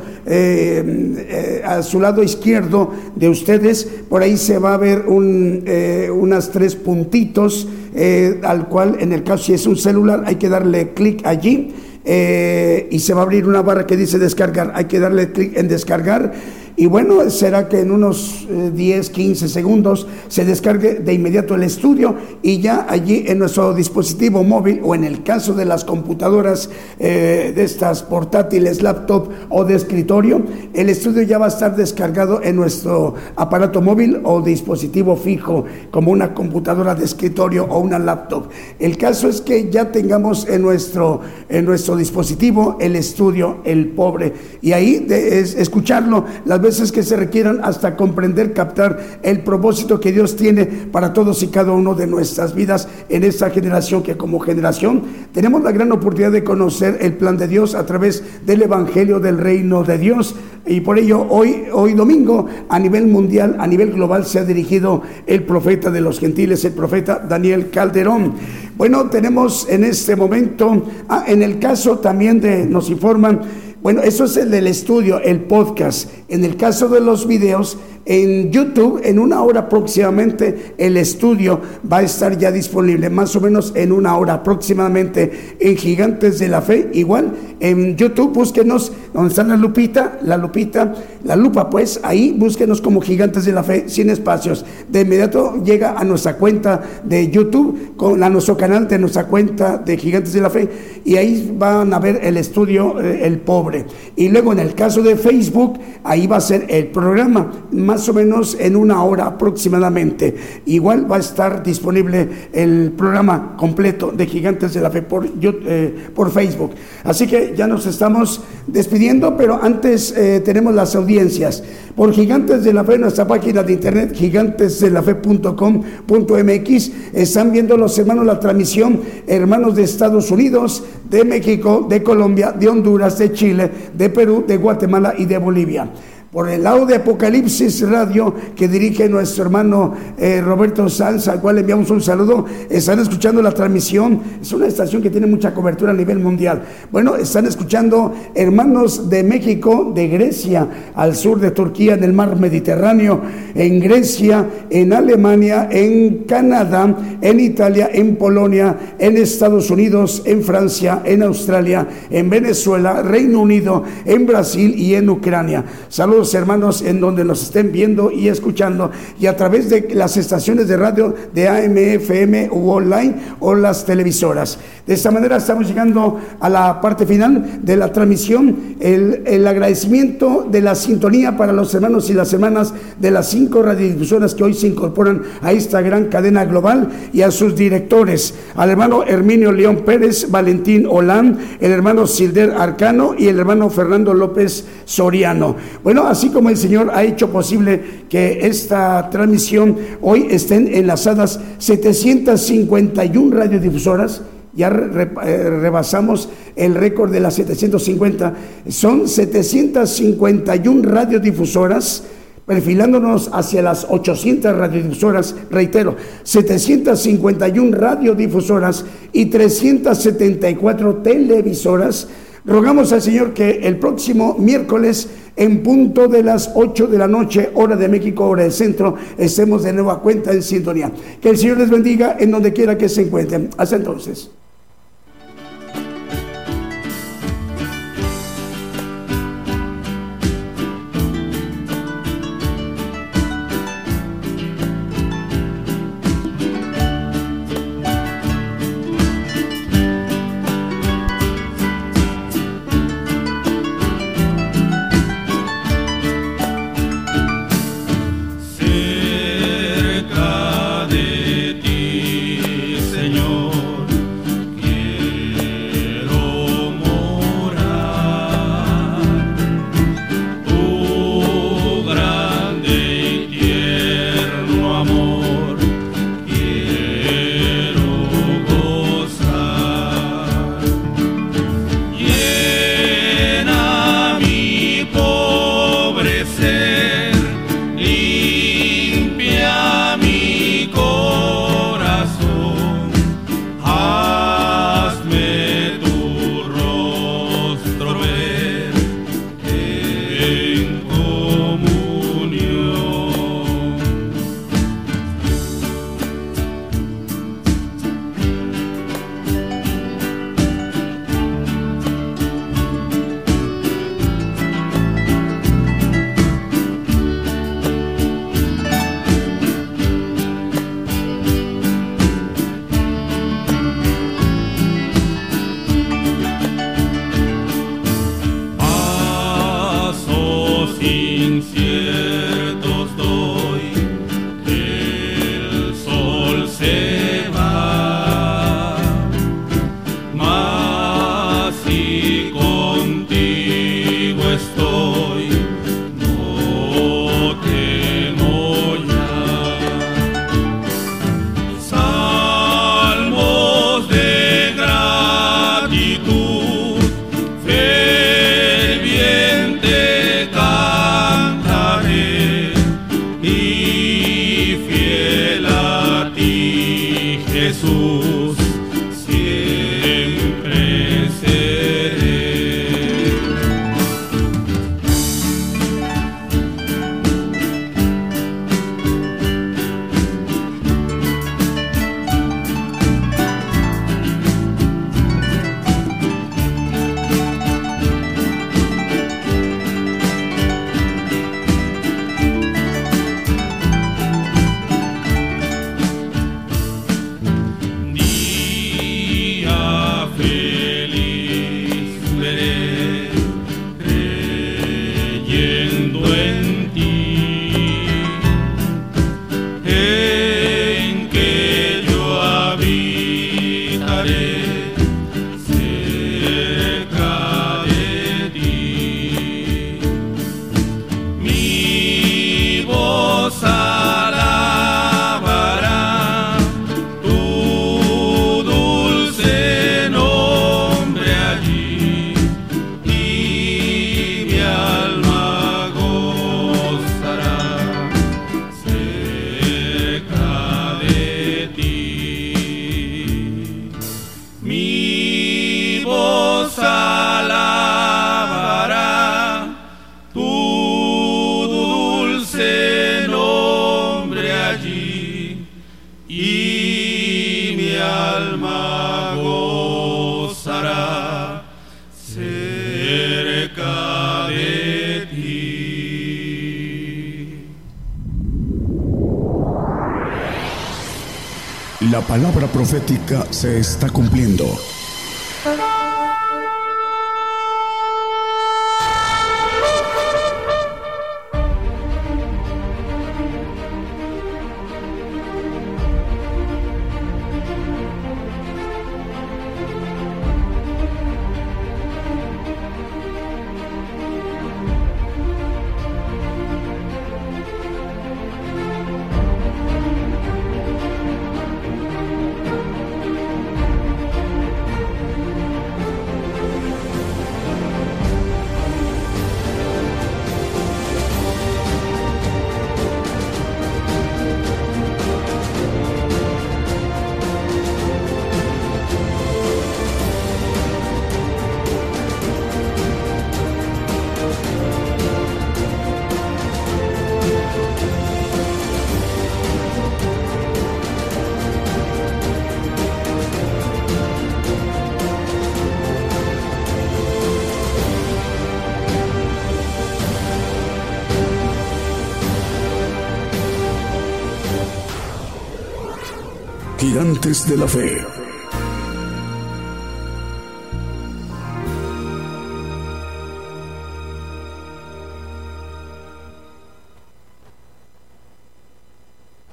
a su lado izquierdo de ustedes, por ahí se va a ver unas 3 puntitos, al cual, en el caso si es un celular, hay que darle clic allí. Y se va a abrir una barra que dice descargar. Hay que darle clic en descargar y bueno, será que en unos 10, 15 segundos se descargue de inmediato el estudio, y ya allí en nuestro dispositivo móvil, o en el caso de las computadoras de estas portátiles, laptop o de escritorio, el estudio ya va a estar descargado en nuestro aparato móvil o dispositivo fijo, como una computadora de escritorio o una laptop. El caso es que ya tengamos en nuestro dispositivo el estudio El Pobre, y ahí escucharlo las veces que se requieran hasta comprender, captar el propósito que Dios tiene para todos y cada uno de nuestras vidas en esta generación, que como generación tenemos la gran oportunidad de conocer el plan de Dios a través del Evangelio del Reino de Dios. Y por ello hoy domingo, a nivel mundial, a nivel global, se ha dirigido el profeta de los gentiles, el profeta Daniel Calderón. Bueno, tenemos en este momento, en el caso también nos informan, bueno, eso es el del estudio, el podcast. En el caso de los videos, en YouTube, en 1 hora aproximadamente, el estudio va a estar ya disponible, más o menos en 1 hora aproximadamente, en Gigantes de la Fe. Igual, en YouTube, búsquenos donde está la lupa, pues, ahí búsquenos como Gigantes de la Fe, sin espacios. De inmediato llega a nuestra cuenta de YouTube, a nuestro canal de nuestra cuenta de Gigantes de la Fe, y ahí van a ver el estudio El Pobre. Y luego en el caso de Facebook, ahí va a ser el programa, más o menos en 1 hora aproximadamente. Igual va a estar disponible el programa completo de Gigantes de la Fe por Facebook. Así que ya nos estamos despidiendo, pero antes tenemos las audiencias. Por Gigantes de la Fe, nuestra página de internet, gigantesdelafe.com.mx, están viendo los hermanos la transmisión, hermanos de Estados Unidos, de México, de Colombia, de Honduras, de Chile, de Perú, de Guatemala y de Bolivia. Por el lado de Apocalipsis Radio, que dirige nuestro hermano Roberto Sanz, al cual le enviamos un saludo. Están escuchando la transmisión, es una estación que tiene mucha cobertura a nivel mundial. Bueno, están escuchando hermanos de México, de Grecia, al sur de Turquía, en el mar Mediterráneo, en Grecia, en Alemania, en Canadá, en Italia, en Polonia, en Estados Unidos, en Francia, en Australia, en Venezuela, Reino Unido, en Brasil y en Ucrania. Saludos los hermanos en donde nos estén viendo y escuchando, y a través de las estaciones de radio de AM, FM u online o las televisoras. De esta manera estamos llegando a la parte final de la transmisión. El agradecimiento de la sintonía para los hermanos y las hermanas de las 5 radiodifusoras que hoy se incorporan a esta gran cadena global, y a sus directores, al hermano Herminio León Pérez, Valentín Olán, el hermano Silder Arcano y el hermano Fernando López Soriano. Bueno, así como el Señor ha hecho posible que esta transmisión hoy estén enlazadas 751 radiodifusoras. Ya rebasamos el récord de las 750. Son 751 radiodifusoras, perfilándonos hacia las 800 radiodifusoras. Reitero, 751 radiodifusoras y 374 televisoras. Rogamos al Señor que el próximo miércoles, en punto de las 8 de la noche, hora de México, hora del centro, estemos de nueva cuenta en sintonía. Que el Señor les bendiga en donde quiera que se encuentren. Hasta entonces. Cerca de ti, Señor. Jesús, siempre seré. Día feliz veré, creyendo en ti, en que yo habitaré cerca de ti. Mi voz alabará tu dulce nombre allí, La palabra profética se está cumpliendo. Gigantes de la Fe.